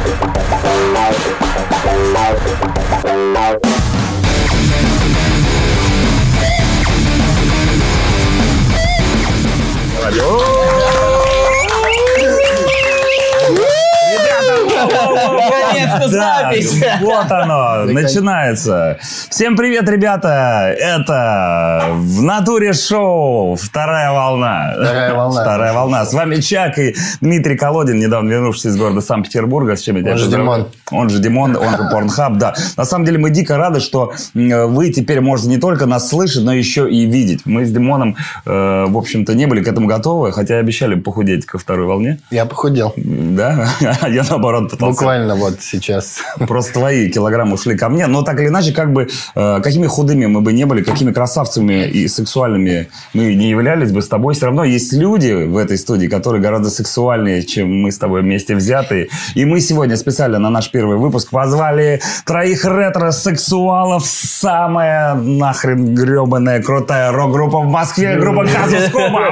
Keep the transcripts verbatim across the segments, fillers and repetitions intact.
Наконец-то запись! Вот оно, начинается. Всем привет, ребята! Это В натуре шоу. Вторая волна. Вторая волна. Вторая волна. С вами Чак и Дмитрий Колодин, недавно вернувшийся из города Санкт-Петербурга. С чем я тебя Он же Димон. Он же Димон, он же Порнхаб, да. На самом деле мы дико рады, что вы теперь можете не только нас слышать, но еще и видеть. Мы с Димоном, э, в общем-то, не были к этому готовы, хотя обещали похудеть ко второй волне. Я похудел. Да? Я наоборот пытался. Буквально вот сейчас. Просто твои килограммы ушли ко мне. Но так или иначе, как бы, э, какими худыми мы бы не были, какими красавцами и сексуальными мы не являлись бы с тобой, все равно есть люди в этой студии, которые гораздо сексуальнее, чем мы с тобой вместе взятые. И мы сегодня специально на наш первый выпуск позвали троих ретро-сексуалов. Самая нахрен гребаная крутая рок-группа в Москве. Группа Казус Кома.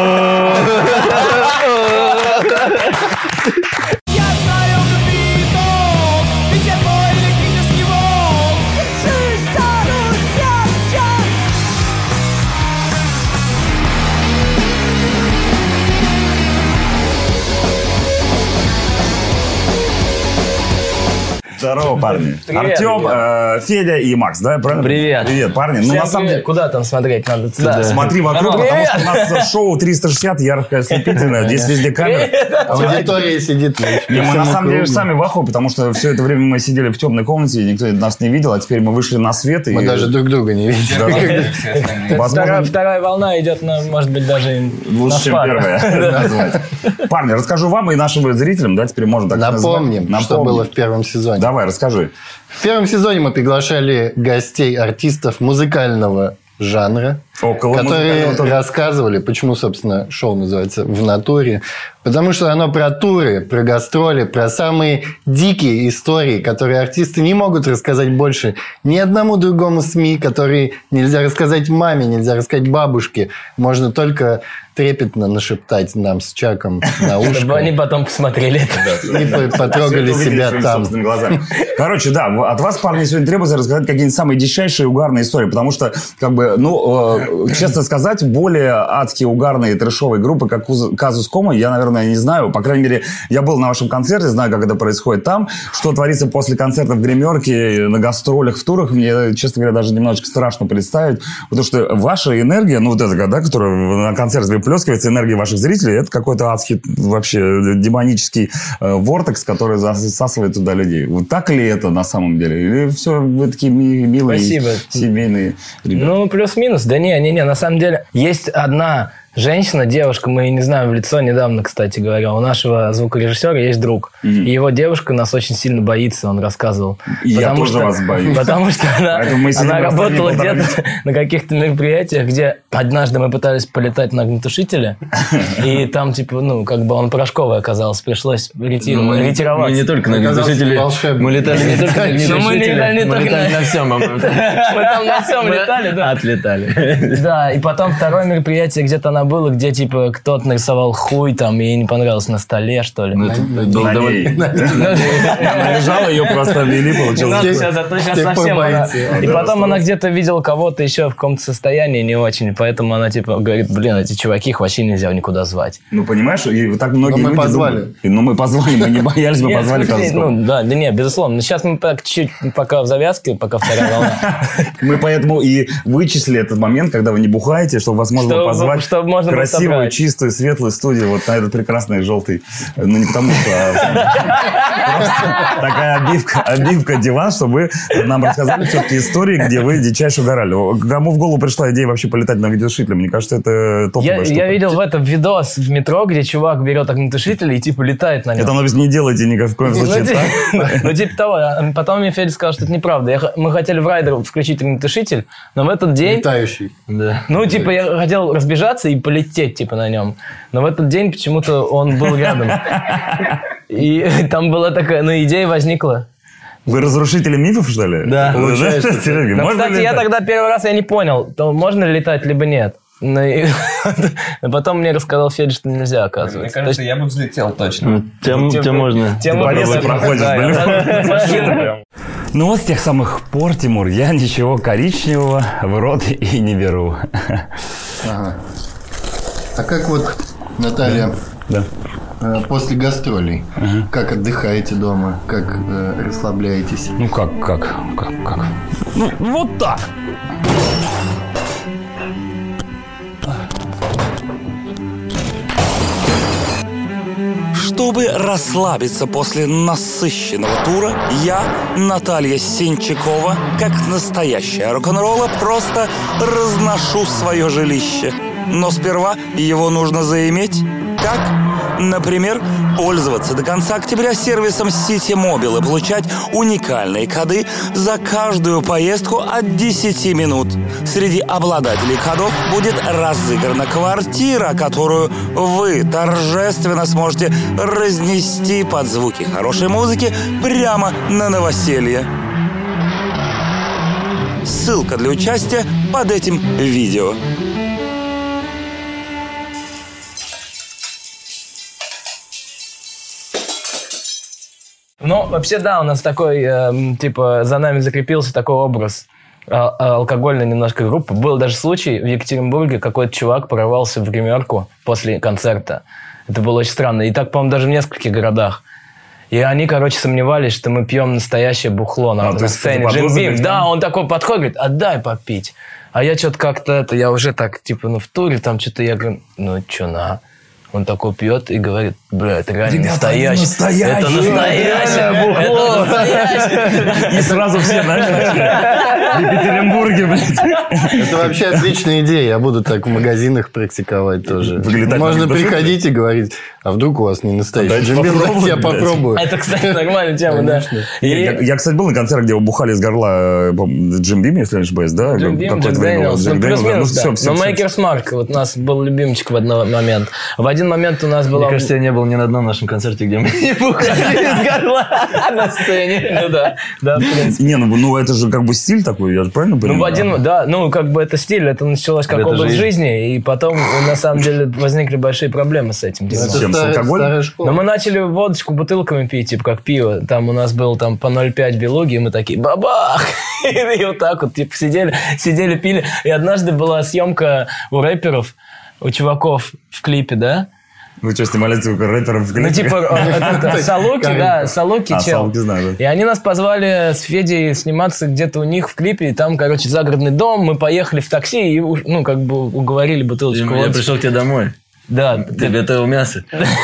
Здорово, парни. Привет, Артем, привет. Э, Федя и Макс, да? Правильно? Привет. Привет, парни. Ну, Всем на самом привет. деле... Куда там смотреть надо? Туда. Смотри вокруг, Здорово. потому что у нас шоу триста шестьдесят, яркое, ослепительное. Здесь везде камеры. Аудитория сидит. И мы на самом деле сами в ахуе, потому что все это время мы сидели в темной комнате, и никто нас не видел, а теперь мы вышли на свет. Мы и... даже друг друга не видели. Возможно, Вторая, вторая волна идет, на, может быть, даже и лучше, на чем спад. первая назвать. Парни, расскажу вам и нашим зрителям, да, теперь можно так Напомним, назвать. что было в первом сезоне. Давай, расскажи. В первом сезоне мы приглашали гостей, артистов музыкального жанра, Около которые музыкального тоже. рассказывали, почему, собственно, шоу называется «В натуре». Потому что оно про туры, про гастроли, про самые дикие истории, которые артисты не могут рассказать больше ни одному другому СМИ, которые нельзя рассказать маме, нельзя рассказать бабушке. Можно только трепетно нашептать нам с Чаком на ушко. Чтобы они потом посмотрели это. И потрогали Всё это себя увидели там. собственными глазами. Короче, да, от вас, парни, сегодня требуется рассказать какие-нибудь самые дичайшие угарные истории, потому что, как бы, ну, э, честно сказать, более адские угарные трэшовые группы, как Казус Кома, я, наверное, не знаю. По крайней мере, я был на вашем концерте, знаю, как это происходит там. Что творится после концерта в гримерке, на гастролях, в турах, мне, честно говоря, даже немножечко страшно представить. Потому что ваша энергия, ну, вот эта, да, которая на концерте выплескивается, энергия ваших зрителей, это какой-то адский, вообще, демонический э, вортекс, который засасывает туда людей. Вот так ли это на самом деле? Или все вы такие ми- милые, Спасибо. семейные ребята? Ну, плюс-минус. Да не, не, не. На самом деле, есть одна женщина, девушка, мы ее не знаем в лицо, недавно, кстати говоря. У нашего звукорежиссера есть друг. Mm-hmm. И его девушка нас очень сильно боится, он рассказывал. И я тоже что, вас боюсь. Потому что она, Поэтому мы сидим она в остальные работала полтора где-то на каких-то мероприятиях, где однажды мы пытались полетать на огнетушителе, и там, типа, ну, как бы он порошковый оказался, пришлось ретир- Ну, мы, ретироваться. мы не только на Оказался огнетушителе, волшебным. мы летали не только на Ну, мы огнетушителе, летали не мы только летали на- на всем. Мы там на всем летали, да? Отлетали. Да, и потом второе мероприятие где-то она была, где, типа, кто-то нарисовал хуй там, и ей не понравилось на столе, что ли. Ну, это было На довольно- ней. Она лежала, ее просто ввели, получилось. Надо С тех- сейчас, а то с сейчас тех пор совсем она... боится. И потом она где-то видела кого-то еще в каком-то состоянии не очень, поэтому она типа говорит, блин, эти чуваки их вообще нельзя никуда звать. Ну, понимаешь, и вот так многие Но мы люди позвали. думают. И, ну, мы позвали, мы не боялись, мы Нет, позвали в смысле, Казус Кома. ну, да, да нет, безусловно. Но сейчас мы так чуть пока в завязке, пока вторая волна. Мы поэтому и вычислили этот момент, когда вы не бухаете, чтобы вас можно было Чтобы- позвать чтобы можно было красивую, собрать. чистую, светлую студию вот на этот прекрасный желтый. Ну, не потому что... а просто такая обивка, обивка диван, чтобы вы нам рассказали все-таки истории, где вы дичайше угорали. Кому в голову пришла идея вообще полетать на огнетушителе? Мне кажется, это топовая Я, штука. я видел в этом видос в метро, где чувак берет огнетушитель и типа летает на нем. Это, ну, не делайте ни в коем Ну, случае ти- так. ну, типа того. А потом мне Федя сказал, что это неправда. Я х- Мы хотели в райдер включить огнетушитель, но в этот день... Летающий. Да. Ну, типа, я хотел разбежаться и полететь, типа, на нем. Но в этот день почему-то он был рядом. И там была такая, ну, идея возникла. Вы разрушители мифов, что ли? Да. Получается. Но, Можно кстати, я летать? тогда первый раз я не понял, то можно ли летать, либо нет. Ну, и потом мне рассказал Федя, что нельзя, оказывается. Мне кажется, я бы взлетел точно. Тем можно. Тем По лесу проходишь, блин. Ну вот с тех самых пор, Тимур, я ничего коричневого в рот и не беру. Ага. А как вот, Наталья, Да. э, после гастролей, как отдыхаете дома, как э, расслабляетесь? Ну как, как, как, как? Ну, вот так. Чтобы расслабиться после насыщенного тура, я, Наталья Сенчакова, как настоящая рок-н-ролла, просто разношу свое жилище. Но сперва его нужно заиметь. Как? Например, пользоваться до конца октября сервисом Ситимобил и получать уникальные коды за каждую поездку от десяти минут. Среди обладателей кодов будет разыграна квартира, которую вы торжественно сможете разнести под звуки хорошей музыки прямо на новоселье. Ссылка для участия под этим видео. Ну, вообще, да, у нас такой, э, типа, за нами закрепился такой образ а- алкогольной немножко группы. Был даже случай в Екатеринбурге, какой-то чувак порвался в гримерку после концерта. Это было очень странно. И так, по-моему, даже в нескольких городах. И они, короче, сомневались, что мы пьем настоящее бухло на, А, на то есть сцене. это Джим подозрили, Бим. да? Да, он такой подходит, говорит, отдай попить. А я что-то как-то это, я уже так, типа, ну, в туре, там что-то, я говорю, ну, что на... Он такой пьет и говорит, бля, это реально Ребята, настоящее. настоящее. Это настоящее бухло. Это настоящее. И сразу все, знаешь, в Екатеринбурге, блядь. Это вообще отличная идея. Я буду так в магазинах практиковать тоже. Вылетать Можно на души. приходить и говорить, а вдруг у вас не настоящий Дайте Джим Бим, попробовать, дайте я блядь. попробую. Это, кстати, нормальная тема, да. И Я, я, кстати, был на концерте, где убухали из горла э, Джим Бим, если я не ошибаюсь, да? Джим Бим, Какое-то Джек время было. Дэниелс. Джек Ну, Дэниелс, да. плюс-минус, Ну, да. всё, всё, Но всё. Мейкерс Марк, вот у нас был любимчик в один момент. В один момент у нас была... Мне кажется, я не был ни на одном нашем концерте, где мы не бухали из горла на сцене. Ну да, да, в принципе. Не, ну, ну это же как бы стиль такой, я же правильно понимаю? Ну, в один, да, ну, как бы это стиль, это началось как Это образ жизнь. жизни, и потом, на самом деле, возникли большие проблемы с этим делом. Это Чем, с старая- алкоголем? старая школа. Но мы начали водочку бутылками пить, типа как пиво. Там у нас был там по ноль пять белуги, и мы такие бабах! И вот так вот, типа, сидели, сидели, пили. И однажды была съемка у рэперов, у чуваков в клипе, да? Вы что, снимали только рэперов в клипе? Ну, типа, это- это Салуки, да, Салуки, А, чел. Салуки знаю, да. И они нас позвали с Федей сниматься где-то у них в клипе, и там, короче, загородный дом, мы поехали в такси и, ну, как бы уговорили бутылочку Я водки. пришел к тебе домой. Да. Ты готовил мясо.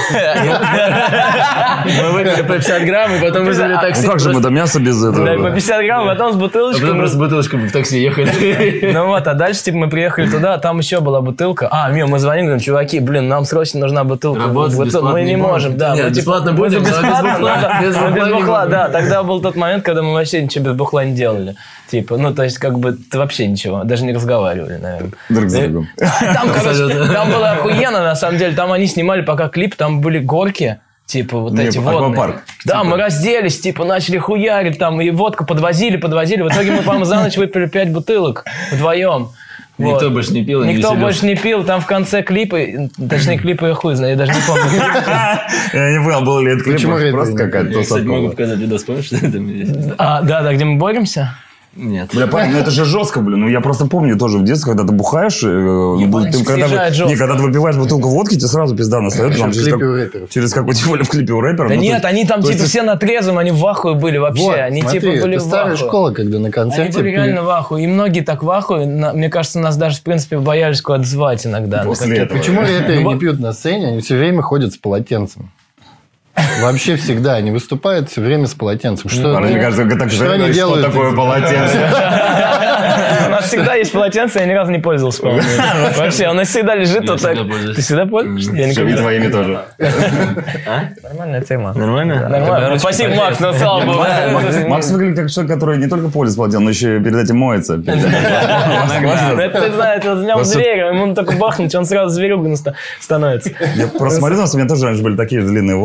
Мы выпили по пятьдесят грамм, и потом вызвали такси. Ну как же мы до мяса без Да, по этого? пятьдесят грамм, потом с А бутылочкой. потом просто бутылочку в такси ехали. Ну вот, а дальше, типа, мы приехали туда, а там еще была бутылка. А, Мил, мы звоним, говорим, чуваки, блин, нам срочно нужна бутылка. Работать Бутыл- бесплатно Мы не не можем. можем, да. Нет, мы, типа, бесплатно мы будем, но без бесплатно, бухла. но- Без но бухла без не бухла, будем. да. Тогда был тот момент, когда мы вообще ничего без бухла не делали. Типа, ну, то есть, как бы, ты вообще ничего, даже не разговаривали, наверное. Друг с другом. Там, короче, Абсолютно. там было охуенно, на самом деле. Там они снимали пока клип, там были горки, типа вот Не, эти аквапарк. водные. Да, мы разделись, типа начали хуярить там, и водку подвозили, подвозили. В итоге мы, по-моему, за ночь выпили пять бутылок вдвоем. Вот. Никто больше не пил и не Никто веселился. больше не пил. Там в конце клипа, точнее, клипа я хуй знаю, я даже не помню. Я не понял, был ли это клип, Почему может, это просто не- какая-то Я, кстати, могу тусовка. показать видос, помнишь, что это есть? А, да, да, где мы боремся? Нет. Бля, парень, ну это же жестко, блин. Ну я просто помню тоже в детстве, когда ты бухаешь, э, Ебать, ты, когда, съезжает вы- жестко. не, когда ты выпиваешь бутылку водки, тебе сразу пизда настает. Причем там в через клипе как- у рэперов. Через какой тем более в клипе у рэпера. Да ну, то нет, есть- они там то типа есть все на трезвом, они в ахуе были вообще. Вот, они смотри, типа были это в старая ахуе. школа, когда на концерте... Они были пили. реально в ахуе. И многие так в ахуе. На- Мне кажется, нас даже, в принципе, боялись куда-то звать иногда. на После какие-то- этого. Почему рэперы Ну, не пьют на сцене? Они все время ходят с полотенцем. Вообще всегда. Они выступают все время с полотенцем. Что, Мне кажется, как так что человек они говорит, делают? что такое полотенце? У нас всегда есть полотенце, я ни разу не пользовался, по-моему. Вообще, у нас всегда лежит вот так. всегда пользуюсь. Ты всегда пользуешься? Я И никогда. твоими тоже. Нормальная тема. Нормально? Нормально. Спасибо, Макс, но слава богу. Макс выглядит как человек, который не только пользуется полотенцем, но еще и перед этим моется. Это ты знаешь, это в нем зверь, ему только бахнуть, он сразу зверюгой наста- становится. Я просто смотрю, у нас у меня тоже раньше были такие же длинные волосы. Это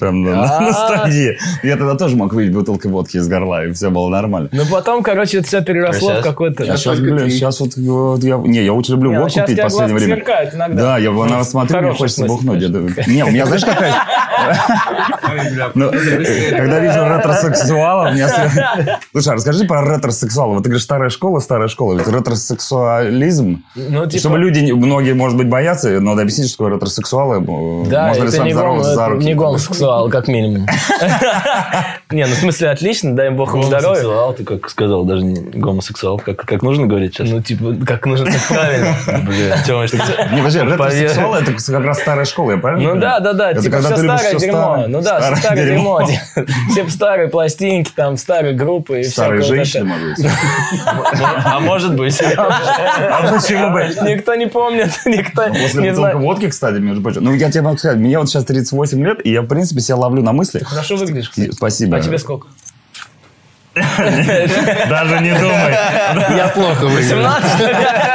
прям на ностальгии. Я тогда тоже мог выпить бутылку водки из горла, и все было нормально. Ну, потом, короче, это все переросло в какой-то... Сейчас, блин, сейчас вот... Не, я очень люблю водку пить в последнее время. Иногда. Да, я на вас смотрю, мне хочется бухнуть. Не, у меня, знаешь, какая... Когда вижу ретросексуалов, мне... Слушай, расскажи про ретросексуалов. Вот ты говоришь, старая школа, старая школа. Ведь ретросексуализм... Чтобы люди, многие, может быть, боятся, надо объяснить, что такое ретросексуалы. Да, можно ли с вами здороваться за руки? Не гомосексуал, как минимум. Не, ну в смысле отлично, дай бог им здоровья. Гомосексуал, ты как сказал, даже не гомосексуал. Как нужно говорить сейчас? Ну, типа, как нужно, так правильно. Блин, Тёмыч, ты... Не, подожди, ретросексуал это как раз старая школа, я правильно Ну да, да, да, типа все старое дерьмо. Ну да, все старое дерьмо. Типа старые пластинки, там, старые группы. Старые женщины, может быть. А может быть. А почему бы? Никто не помнит, никто не знает. После водки, кстати, между прочим. Ну, я тебе могу сказать, мне вот сейчас тридцать восемь лет, и я, в принципе, себя ловлю на мысли. Хорошо выглядишь, кстати. Спасибо. А тебе сколько? Даже не думай. Я плохо выгляжу. семнадцать?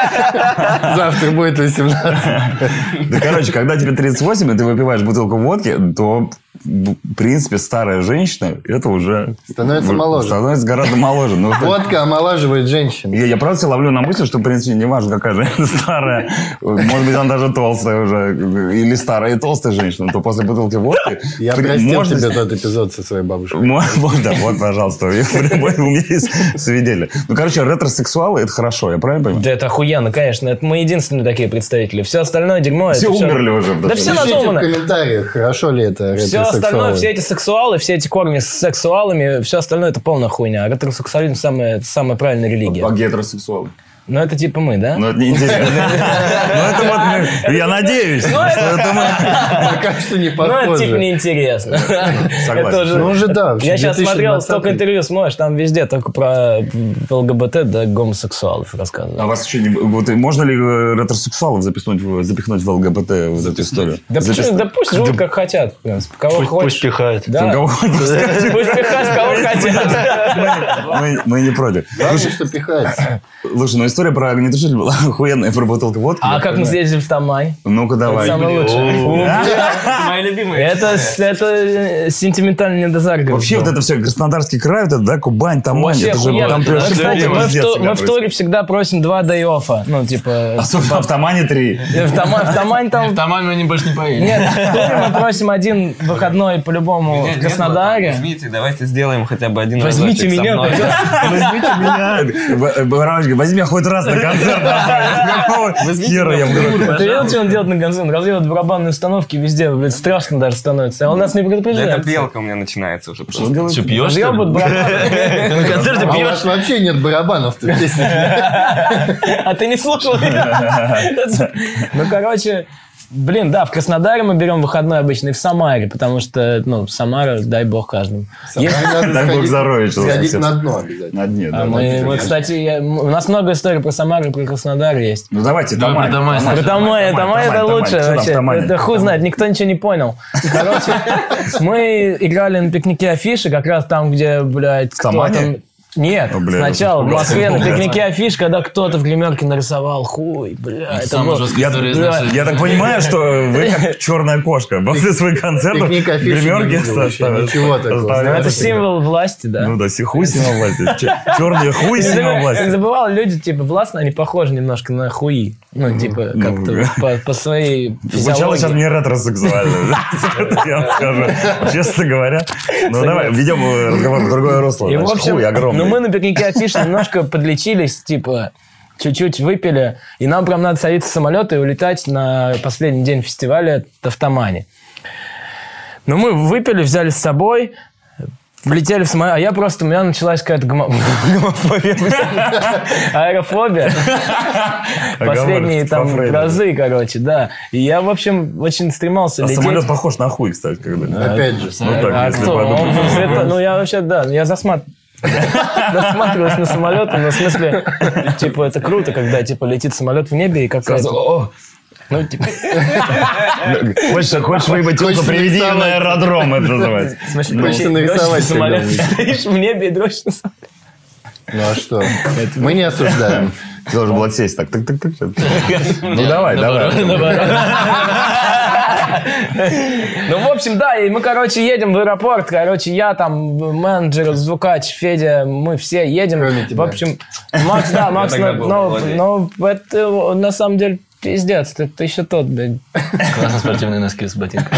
Завтра будет восемнадцать. Да, короче, когда тебе тридцать восемь, и ты выпиваешь бутылку водки, то, в принципе, старая женщина, это уже... Становится моложе. Становится гораздо моложе. Но водка омолаживает женщин. Я, я правда себя ловлю на мысли, что, в принципе, не важно, какая женщина старая. Может быть, она даже толстая уже. Или старая и толстая женщина. То после бутылки водки... Я простил тебе тот эпизод со своей бабушкой. Да, вот, пожалуйста. У меня есть свидетели. Ну, короче, ретросексуалы – это хорошо, я правильно понимаю? Да это охуенно, конечно. Это мы единственные такие представители. Все остальное дерьмо... Все умерли уже. Да все Пишите надумано. в комментариях, хорошо ли это ретросексуалы. Все остальное, все эти сексуалы, все эти корни с сексуалами, все остальное это полная хуйня. А ретросексуализм самая, самая правильная религия. А гетеросексуалы? Ну, это типа мы, да? Ну, это неинтересно. Ну, это вот, я надеюсь, что это мы... Пока что не похоже. Ну, это типа неинтересно. Согласен. Ну, уже да. Я сейчас смотрел столько интервью, смотришь, там везде только про ЛГБТ, да, гомосексуалов рассказывают. А вас еще не... Вот, можно ли ретросексуалов запихнуть, запихнуть в ЛГБТ в эту историю? Да, почему? Да пусть живут как хотят. Кого Пусть, хочешь. пусть пихают. Да. Пусть пихают, кого хотят. Мы не против. Главное, что пихается. Слушай, ну история про огнетушитель была охуенная, про бутылку водки. А как мы съездили в Тамань? Ну-ка, давай. Это самое лучшее. Мои любимые. Это, это сентиментальный недозаргов. Вообще вот это все, Краснодарский край, это, да, Кубань, Тамань, Вообще, это же охуенно. там прям Кстати, мы, в, ту- мы в туре туре всегда просим два дей-оффа. Ну, типа... А в Тамане три. В Тамань, в Тамань там... В Тамань мы не больше не поедем. Нет, в туре мы просим один выходной по-любому в Краснодаре. Возьмите, давайте сделаем хотя бы один Возьмите разочек со меня, мной. Возьмите меня. Бараночка, возьми меня хоть раз на концерт. Какого хера я буду? Ты видел, что он делает на концерте? Он разъедет барабанные установки везде, блядь, страшно даже становится. А он нас не Да предупреждает. это пелка у меня начинается уже. Что делаешь? Что, пьешь, что ли? Разъебут барабаны. На концерте А у пьешь? вас вообще нет барабанов в песне. А ты не слушал? Ну, короче... Блин, да, в Краснодаре мы берем выходной обычно и в Самаре, потому что, ну, Самара, дай бог каждому. Дай бог здоровья. Сходить на дно обязательно. На дне, А да. мы, мы, кстати, я- у нас много историй про Самару и про Краснодар есть. Ну давайте, Да, Тамань. про Тамань. Тамань, Про Тамань, Тамань это Тамань, лучше что там в вообще. Тамане? Это хуй знает, никто ничего не понял. Короче, мы играли на пикнике афиши, как раз там, где, блядь, кто Тамане? там... Нет, О, бля, сначала в это Москве на ужасно. пикнике афиш, когда кто-то в гримерке нарисовал хуй, бля. Это Самая было... жесткая история из Я- нашей... Я так понимаю, что вы как черная кошка. После своих концертов Пикник афиши не гримерки видел вообще, оставляют. ничего такого. Ну, Оставляют. это символ власти, да. Ну да, си- хуй символ власти. Ч- Черный хуй Как символ забывал- власти. Как забывал, люди, типа, властные, они похожи немножко на хуи. Ну, типа, ну, как-то да. по, по своей Звучало сейчас физиологии. не ретросексуально. Это я вам скажу. Честно говоря. Ну давай, ведем разговор в другое русло. И, в Значит, общем, хуй огромный. ну, мы на пикнике афиш немножко подлечились, типа, чуть-чуть выпили, и нам прям надо садиться в самолет и улетать на последний день фестиваля в Тамане. Ну, мы выпили, взяли с собой, влетели в самолет, а я просто, у меня началась какая-то гомо- гомофобия, аэрофобия. Последние там По-фрейду. разы, короче, да. И я, в общем, очень стремался А лететь. самолет похож на хуй, кстати, когда. Опять же. Ну так, А если кто? подумать. Он это- ну, я вообще, да, я засмат... засматриваюсь на самолеты, но в смысле, типа, это круто, когда, типа, летит самолет в небе и какая-то... О, Ну, типа... Хочешь, хочешь выебать телку, Хочешь приведи ее на нарисовать. аэродром, это называется. Смешно, Ну, дрочишь нарисовать на самолет, себя. стоишь в небе и дрочишь на самолет. Ну а что? Мы не осуждаем. Ты должен был отсесть так. так, так, так. Ну давай, давай. Ну, в общем, да, и мы, короче, едем в аэропорт. Короче, я там, менеджер, звукач, Федя, мы все едем. Кроме тебя. В общем, Макс, да, Макс, тогда ну, был ну, молодец. ну, это на самом деле пиздец, ты, ты еще тот, блядь. Классно спортивные носки с ботинками.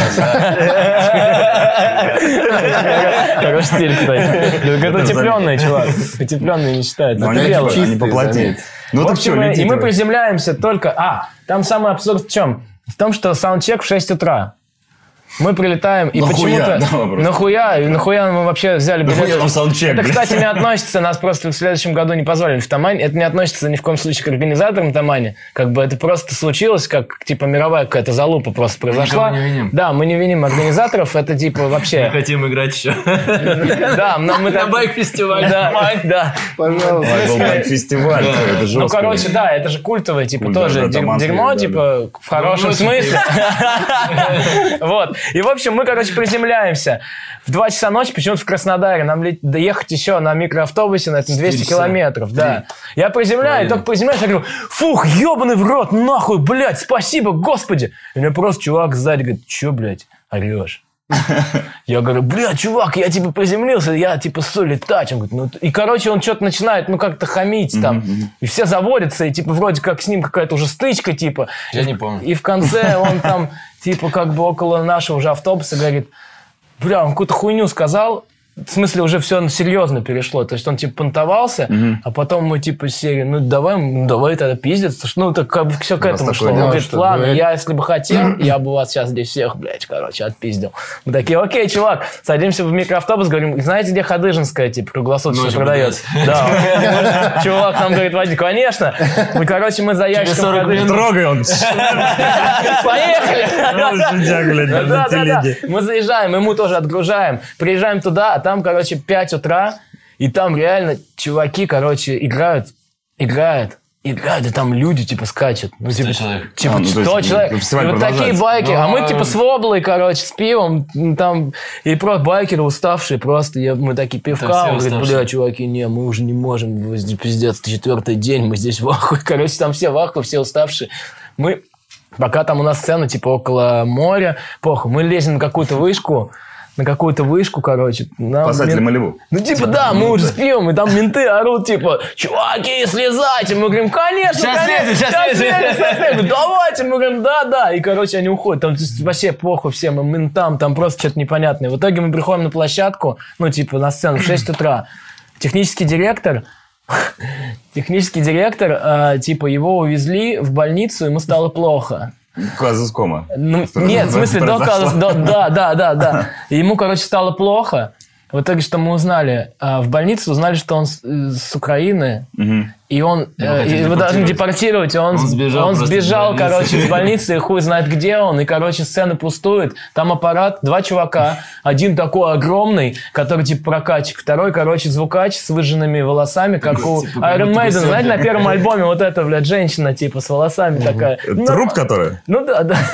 Хороший стиль, кстати. Это утепленный, чувак. Утепленный не считается. Но Это они, белый. типа, они Чистый, поплотнее. заметь. Ну В так общем, все, и летите мы вы. приземляемся только... А, там самый абсурд в чем? В том, что саундчек в шесть утра. Мы прилетаем, и Нахуя? почему-то... Да, вопрос. Нахуя? И нахуя мы вообще взяли билет? Нахуя нам саундчек, Это, блядь? кстати, не относится, нас просто в следующем году не позволили в Тамане. Это не относится ни в коем случае к организаторам Тамани. Как бы это просто случилось, как, типа, мировая какая-то залупа просто произошла. никого не виним. Да, мы не виним организаторов, это, типа, вообще... Хотим играть еще. Да, но мы На так... байк-фестивале. Да, да. Пожалуйста. Голбайк фестиваль, это жестко. Ну, короче, да, это же культовое, типа, Культ, да, тоже да, дер- таманские, дерьмо, да, типа, в хорошем Ну, смысле. Вот. И, в общем, мы, короче, приземляемся. В два часа ночи почему-то в Краснодаре. Нам лет- доехать еще на микроавтобусе на этом двести километров. Да. Я приземляю, и только приземляюсь, я говорю, фух, ебаный в рот, нахуй, блядь, спасибо, господи. И мне просто чувак сзади говорит, че, блядь, орешь? Я говорю, бля, чувак, я типа приземлился, я типа что, летать? Он говорит, ну... И, короче, он что-то начинает, ну, как-то хамить там. И все заводятся, и типа вроде как с ним какая-то уже стычка, типа. Я не помню. И в конце он там, типа, как бы около нашего уже автобуса говорит, бля, он какую-то хуйню сказал, в смысле уже все серьезно перешло. То есть он типа понтовался, а потом мы типа серии, ну давай, ну давай тогда пиздиться. Ну так как бы все к У вас этому шло. такое Он дело, говорит, что, ладно, блядь. я если бы хотел, я бы вас сейчас здесь всех, блядь, короче, отпиздил. Мы такие, окей, чувак, садимся в микроавтобус, говорим, знаете, где Ходыжинская, типа, круглосуточно Ночью продается? Да. Чувак нам говорит, Вадик, конечно. Мы, короче, мы за ящиком Ходыжин- Трогай он. Поехали! Жидяк, блядь, Да, на да, да. телеге. Мы заезжаем, ему тоже отгружаем. Приезжаем туда, а там, короче, пять утра, и там реально чуваки, короче, играют, играют, играют, и там люди, типа, скачут. Ну, типа, Сто человек. Типа, А, ну, то сто есть, человек. ну, фестиваль И вот такие продолжается. байки. А мы, Ну, типа, с воблой, короче, с пивом, ну, там, и просто байкеры уставшие просто. Я- мы такие пивка, все он говорит, уставшие. бля, чуваки, не, мы уже не можем, пиздец, четвертый день, мы здесь в ахуе. Короче, там все в ахуе, все уставшие. Мы... Пока там у нас сцена, типа, около моря, похуй, мы лезем на какую-то вышку, на какую-то вышку, короче. нам Спасатели мен- Малибу. Ну, типа, да, мы уже с пивом, и там менты орут, типа, чуваки, слезайте. Мы говорим, конечно, Щас конечно, слезем, щас щас слезем. слезем, щас слезем. Давайте, мы говорим, да, да. И, короче, они уходят. Там то есть, вообще похуй всем, и ментам, там просто что-то непонятное. В итоге мы приходим на площадку, ну, типа, на сцену в шесть утра. Технический директор... Технический директор, э, типа, его увезли в больницу, ему стало плохо. Казускома. Ну, нет, в смысле, до Произошло. казус- до- да, да, да, да. И ему, короче, стало плохо. В итоге, что мы узнали? А, В больнице узнали, что он с, с Украины. И он... э, хотели его должны депортировать. депортировать. И он, Он сбежал он просто сбежал, из больницы. короче, из больницы. И хуй знает, где он. И, короче, сцена пустует. Там аппарат, два чувака. Один такой огромный, который типа прокачик. Второй, короче, звукач с выжженными волосами, как у Типа, Iron как будто бы Maiden. Знаете, на селфи. первом альбоме вот эта, блядь, женщина, типа, с волосами такая. Ну, Труп, который? Ну да, да.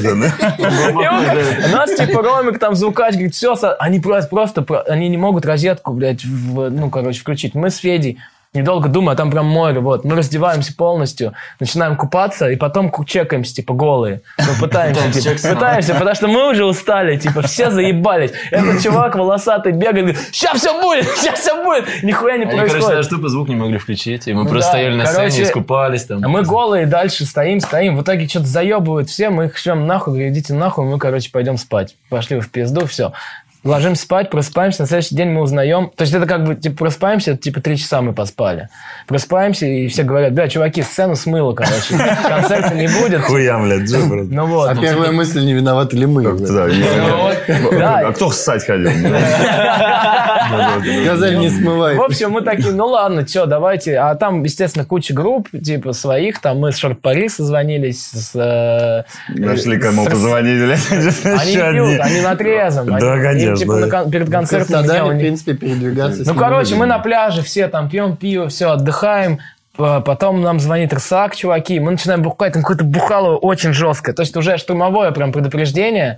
И он как- у нас типа Ромик, там звукач, говорит, все, они просто, просто, про- они не могут розетку, блядь, в- ну, короче, включить. Мы с Федей, недолго думая, а там прям море, вот. Мы раздеваемся полностью, начинаем купаться, и потом ку- чекаемся, типа, голые. Мы пытаемся, типа, пытаемся, потому что мы уже устали, типа, все заебались. Этот чувак волосатый бегает, говорит, сейчас все будет, сейчас все будет. Нихуя не Они, короче, происходит. даже тупо звук не могли включить, и мы Ну просто да, стояли на короче, сцене, искупались там. А мы голые дальше стоим, стоим. В итоге что-то заебывают все. Мы их шлем нахуй, говорим, идите нахуй. Мы, короче, пойдем спать. Пошли в пизду, все. Ложимся спать, просыпаемся. На следующий день мы узнаем. То есть это как бы, типа, просыпаемся, типа, три часа мы поспали. Просыпаемся, и все говорят, бля, чуваки, сцену смыло, короче. Концерта не будет. Хуя, блядь, джи просто. Ну вот. А первая мысль, не виноваты ли мы? Да, не- Да. А кто ссать ходил? Сказали, не смывай. В общем, мы такие, ну ладно, что, давайте. А там, естественно, куча групп, типа, своих. Там мы с Шорт-Пари созвонились. С, э, Нашли, кому с- позвонить, блядь. Они Еще не пьют, одни. они на трезвом. Да, Они- конечно. им, типа, на кон- перед В концертом Краснодаре, дело в не- принципе, передвигаться с Ну, ним короче, мы можно. на пляже все там пьем пиво, все, отдыхаем. П- Потом нам звонит РСАК, чуваки. Мы начинаем бухать, там какое-то бухало очень жесткое. То есть уже штурмовое прям предупреждение.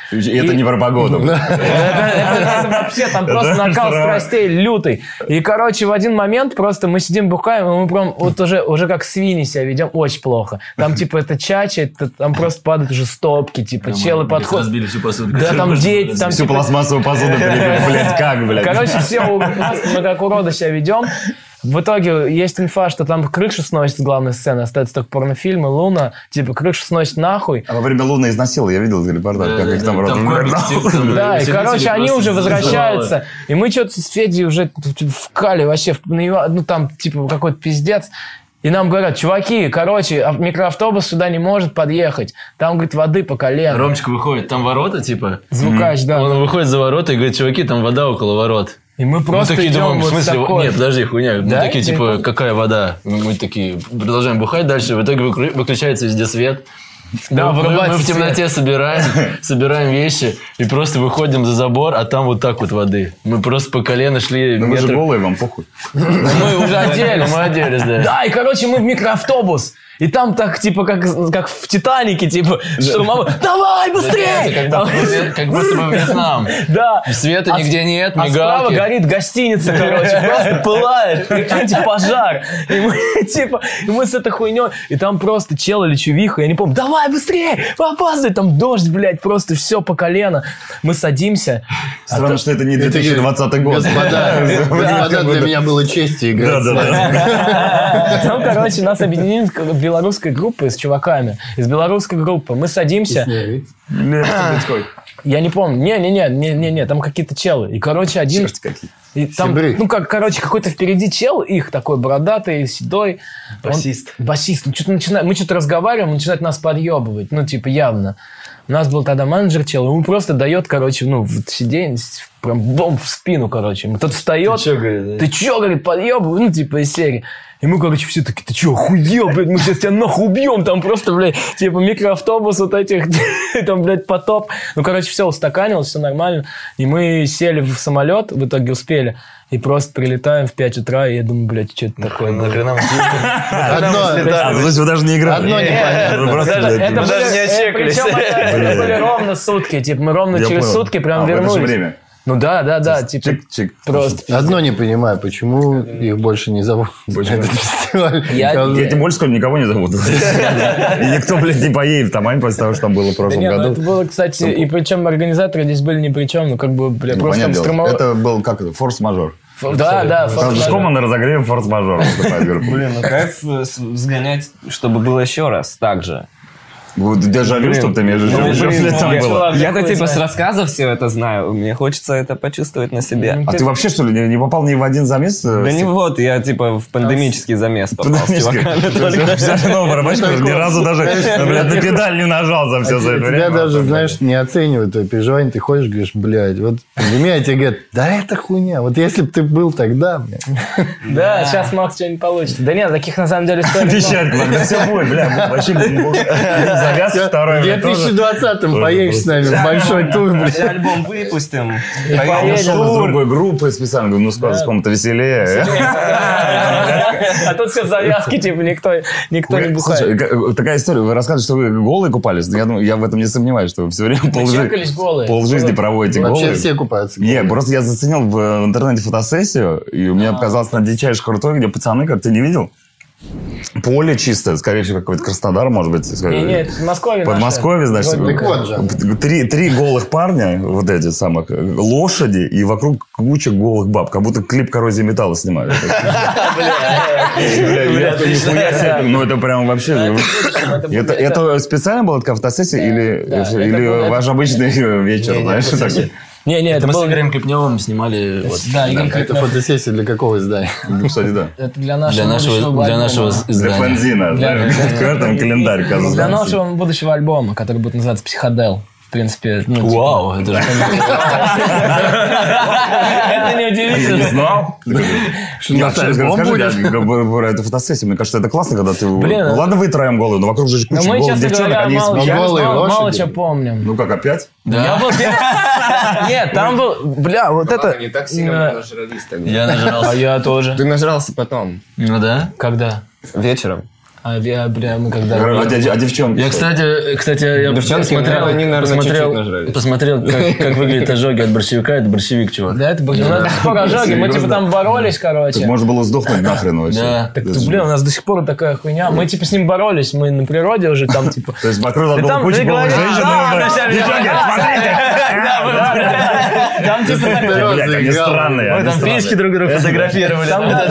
Это не про погоду. Это вообще там просто накал страстей лютый. И, короче, в один момент просто мы сидим, бухаем, и мы прям вот уже уже как свиньи себя ведем, очень плохо. Там, типа, это чача, там просто падают уже стопки, типа, челы подходят. Разбили всю посуду. Да, там дети, там, Всю типа... пластмассовую посуду, блядь, как, блядь. Короче, все, мы как уроды себя ведем. В итоге есть инфа, что там крышу сносит с главной сцены, остается только порнофильмы, Луна, типа, крышу сносит нахуй. А во время Луны изнасиловал, я видел репортаж, как их там разогнали. Да, и, короче, они уже возвращаются, и мы что-то с Федей уже вкали вообще, ну, там, типа, какой-то пиздец. И нам говорят, чуваки, короче, микроавтобус сюда не может подъехать. Там, говорит, воды по колено. Ромчик выходит, там ворота, типа. Звукач, да. Он выходит за ворота и говорит, чуваки, там вода около ворот. И мы просто мы такие идем думаем, вот в смысле, такой. нет, подожди, хуйня. Мы Да? такие, Ты типа, не какая вода? Мы такие, продолжаем бухать дальше, в итоге выклю- выключается везде свет. Да, мы, мы, вырубается мы в свет. темноте собираем, собираем вещи и просто выходим за забор, а там вот так вот воды. Мы просто по колено шли. Ну вы же метр- голые, вам похуй. Мы уже оделись. Мы оделись, да. Да, и, короче, мы в микроавтобус. И там так, типа, как, как в «Титанике», типа, штурмовой. Давай, быстрее! Как будто бы- как будто бы Вьетнам. Да. Света А нигде с- нет, А справа мигалки. горит гостиница, короче, просто пылает. Прикиньте, пожар. И мы, типа, и мы с этой хуйней, и там просто чел или чувиха, я не помню, давай быстрее, опаздывай, там дождь, блядь, просто все по колено. Мы садимся. Странно, что это не две тысячи двадцатый год. Господа, господа, для меня было честью играть. Да, да, да. Там, короче, нас объединили как белорусской группой с чуваками. Из белорусской группы. Мы садимся. Я не помню. Не-не-не, не-не-не, там какие-то челы. И, короче, один... Черти какие. И там, Сибирь. ну, как, короче, какой-то впереди чел, их такой бородатый, седой. Басист. Он, басист. Он что-то начинает, мы что-то разговариваем, он начинает нас подъебывать. Ну, типа, явно. У нас был тогда менеджер чел, ему просто дает, короче, ну, в сиденье, прям бомб в спину, короче. Кто-то встает. Ты чё, говорит, да? Ты чё, говорит, подъебывай? Ну, типа, из серии. И мы, короче, все такие, ты чё, охуел, блядь, мы сейчас тебя нахуй убьем, там просто, блядь, типа микроавтобус вот этих, там, блядь, потоп. Ну, короче, все устаканилось, все нормально. И мы сели в самолет, в итоге успели, и просто прилетаем в пять утра, и я думаю, блядь, что это такое? Нахрена мы Одно, А, то есть вы даже не играли? Одно непонятно. Вы просто, Даже- блядь, это даже были- не э, отчекались. Причем это, это были ровно сутки, типа, мы ровно Я через понял. сутки прям А, в это же вернулись. время? Ну да, да, да, типа, Чик-чик. просто. Одно не понимаю, почему их больше не зовут на этот фестиваль. Я- Я тебе больше скажу, никого не зовут. И никто, блядь, не поедет в Тамань после того, что там было в Да прошлом нет, ну году. это было, кстати, и причем организаторы здесь были ни при чем, ну как бы, бля, Ну, просто там понятное дело. стримовой... Это был как это, форс-мажор. Да, да, Там форс-мажор. Скома на разогреве форс-мажор выступает группа. Блин, ну кайф э, с- сгонять, чтобы было еще раз так же. Вот дежавю, чтобы ты между Ну, что блин, там я было. чувак, Я-то хуй типа с знает. рассказов все это знаю. Мне хочется это почувствовать на себе. А ты вообще, что ли, не не попал ни в один замес? Да не вот, я типа в пандемический замес попал с Подожди, чуваками только. вся новая барабанщика ни разу даже блядь, на педаль не нажал за все за это Тебя время. даже, знаешь, не оценивают твои переживания. Ты ходишь, говоришь, блядь, вот пандемия, а тебе говорят, да это хуйня. Вот если бы ты был тогда, блядь. Да, сейчас Макс что-нибудь получится. Да нет, таких на самом деле историй много. Обещать, когда все будет, бля, вообще завяз второй. В бля, тоже. две тысячи двадцатом поедешь с нами в большой тур, блядь. Все альбом выпустим. Я поедем. ушел из другой группы специально, говорю, ну скоро с ком-то веселее. А тут все завязки, типа, никто, никто не Слушай, бухает. ка- такая история, вы рассказываете, что вы голые купались. Я, думаю, я в этом не сомневаюсь, что вы все время чекались голые. полжи- полжизни Голые. проводите Вообще голые. все купаются. Не, просто я заценил в интернете фотосессию, и у меня показалось на дичайше крутой, где пацаны, как ты не видел, поле чистое, скорее всего, какой-то Краснодар, может быть. Не, не, это Подмосковье наше. Подмосковье, значит. Вроде Так вот же. Три, три голых парня, вот эти самых, лошади, и вокруг куча голых баб, как будто клип «Коррозии металла» снимали. Бля, я нихуя себе, ну это прям вообще... Это это специально была такая фотосессия или Да, это или было- ваш обычный вечер, Не, не, знаешь? это такой? Не, не, это Мы с было... Игорем Клепневым снимали вот, Да, Игорь Это Клепнев. фотосессия для какого издания? Ну, кстати, да. Это для нашего для нашего, будущего для альбома. нашего Для издания. фанзина, Для- знаешь, какой там календарь, Для казалось. нашего будущего альбома, который будет называться «Психодел». В принципе, ну, типа- Вау, это же... Это не Я не удивительно. знал. Что Я на вообще альбом расскажи, будет? я говорю, про эту фотосессию. Мне кажется, это классно, когда ты... Блин, Ну, ладно, вы троем голые, но вокруг же куча Но мы, голых честно девчонок, говоря, они мало, смеются. я голые мало, мало лошади. что помним. Ну как, опять? Я был... Нет, там был... Бля, вот это... Не так сильно э, нажрались тогда. Я А нажрался. я тоже. Ты нажрался потом, Ну да? Когда? вечером. А, я, бля, мы когда... А, а девчонки? Я, кстати, кстати, я Девчонки, посмотрел, они, наверное, посмотрел, чуть-чуть нажрались. посмотрел как, как выглядят ожоги от борщевика. Это борщевик, чувак. Да, это были... У нас до сих пор ожоги. Мы типа там боролись, короче. Так можно было сдохнуть нахрен вообще. Да. Так, блин, у нас до сих пор такая хуйня. Мы типа с ним боролись. Мы на природе уже там типа... То есть вокруг нас была куча голых женщин. Девчонки, смотрите! Там типа... Блядь, они странные. Мы там письки друг друга фотографировали.